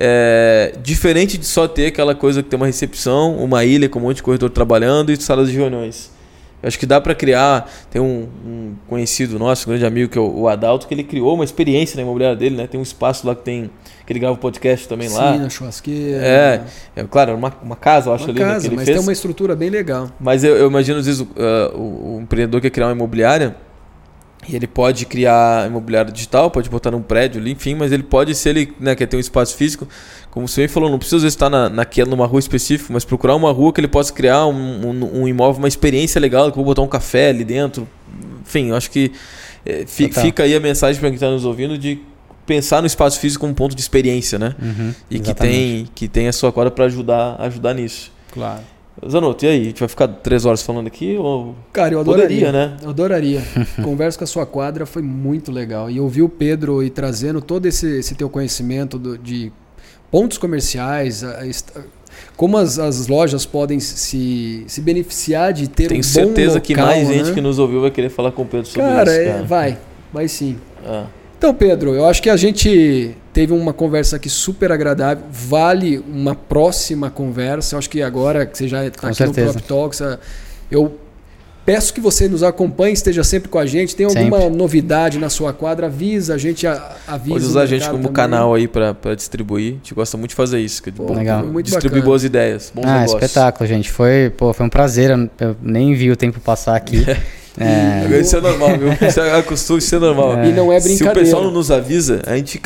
diferente de só ter aquela coisa que tem uma recepção, uma ilha com um monte de corredor trabalhando e salas de reuniões. Eu acho que dá para criar. Tem um conhecido nosso, um grande amigo, que é o Adalto, que ele criou uma experiência na imobiliária dele, né? Tem um espaço lá que ele grava podcast também lá. Sim, na churrasqueira. Claro, uma casa, eu acho, ali, casa, que ele mas fez. tem uma estrutura bem legal. Mas eu imagino, às vezes, o empreendedor quer criar uma imobiliária e ele pode criar imobiliária digital, pode botar num prédio ali, enfim, mas ele pode, se ele, né, quer ter um espaço físico, como você falou, não precisa às vezes estar numa rua específica, mas procurar uma rua que ele possa criar um imóvel, uma experiência legal, que eu vou botar um café ali dentro. Enfim, eu acho que fica aí a mensagem para quem está nos ouvindo de pensar no espaço físico como um ponto de experiência, né? E que tem a sua quadra para ajudar nisso. Claro. Zanotto, e aí? A gente vai ficar 3 horas falando aqui? Ou... Cara, eu adoraria. Poderia, né? Eu adoraria. Conversa com a sua quadra foi muito legal. E ouvir o Pedro e trazendo todo esse teu conhecimento de pontos comerciais, como as lojas podem se beneficiar de ter Tenho um bom certeza local, que mais gente né? que nos ouviu vai querer falar com o Pedro sobre cara, isso. Cara, vai sim. Então, Pedro, eu acho que a gente teve uma conversa aqui super agradável. Vale uma próxima conversa. Eu acho que agora que você já está aqui no Prop Talks, eu peço que você nos acompanhe, esteja sempre com a gente. Tem alguma novidade na sua quadra, avisa, a gente avisa. Pode usar a gente como canal aí para distribuir. A gente gosta muito de fazer isso. Legal. Muito distribuir boas ideias, bons negócios. Espetáculo, gente. Foi um prazer. Eu nem vi o tempo passar aqui. Isso é normal, viu? Isso é normal. E não é brincadeira. Se o pessoal não nos avisa, a gente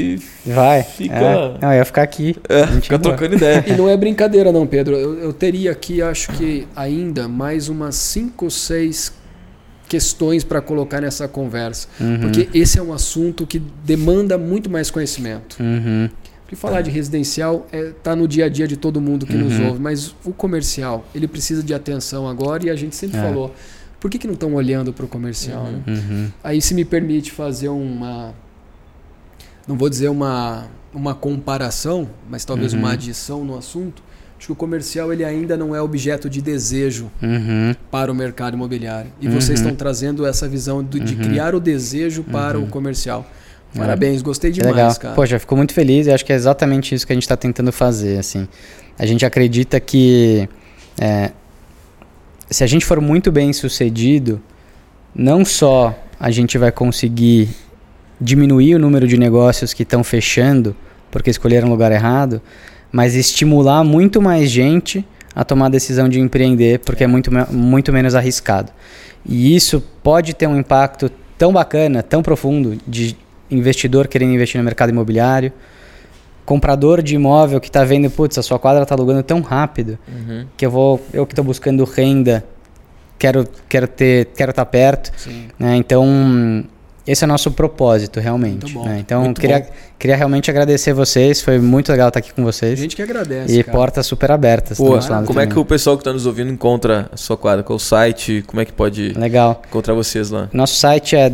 vai. Fica... Não, eu ia ficar aqui. Fica trocando ideia. E não é brincadeira não, Pedro. Eu teria aqui, acho que ainda mais umas 5 ou 6 questões para colocar nessa conversa. Porque esse é um assunto que demanda muito mais conhecimento. Porque falar de residencial está no dia a dia de todo mundo que nos ouve, mas o comercial, ele precisa de atenção agora, e a gente sempre falou, por que não estão olhando para o comercial? Né? Aí, se me permite fazer não vou dizer uma comparação, mas talvez uma adição no assunto, Acho que o comercial ele ainda não é objeto de desejo para o mercado imobiliário. E vocês estão trazendo essa visão de criar o desejo para o comercial. Parabéns, gostei demais, legal. cara. Poxa, fico muito feliz e acho que é exatamente isso que a gente está tentando fazer. Assim. A gente acredita que se a gente for muito bem sucedido, não só a gente vai conseguir diminuir o número de negócios que estão fechando porque escolheram o lugar errado, mas estimular muito mais gente a tomar a decisão de empreender porque é muito menos arriscado. E isso pode ter um impacto tão bacana, tão profundo, de investidor querendo investir no mercado imobiliário, comprador de imóvel que está vendo, putz, a sua quadra está alugando tão rápido que eu que estou buscando renda, quero estar perto. Né? Então, esse é o nosso propósito, realmente. Muito bom. Né? Então, queria realmente agradecer vocês, foi muito legal estar aqui com vocês. A gente que agradece, E cara. Portas super abertas. Pô, como é que o pessoal que está nos ouvindo encontra a sua quadra? Qual o site? Como é que pode encontrar vocês lá? Nosso site é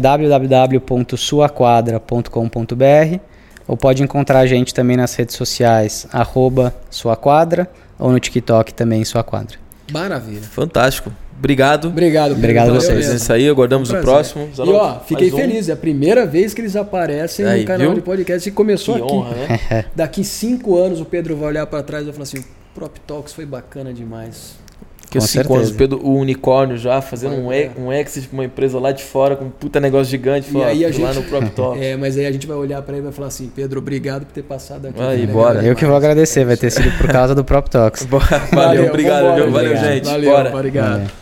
www.suaquadra.com.br ou pode encontrar a gente também nas redes sociais, @suaquadra ou no TikTok também, Sua Quadra. Maravilha. Fantástico. Obrigado. Obrigado a presença aí. Aguardamos o próximo. E fiquei feliz. É a primeira vez que eles aparecem no canal de podcast. E começou aqui. Honra, né? Daqui 5 anos o Pedro vai olhar para trás e vai falar assim: Prop Talks foi bacana demais. Porque 5 anos, Pedro, o unicórnio já fazendo um exit pra uma empresa lá de fora com um puta negócio gigante. E aí lá no Prop Talks. Mas aí a gente vai olhar para ele e vai falar assim: Pedro, obrigado por ter passado aqui. Aí, bora. Eu que vou agradecer. Vai ter sido por causa do Prop Talks. Valeu, obrigado. Valeu, gente. Valeu, obrigado.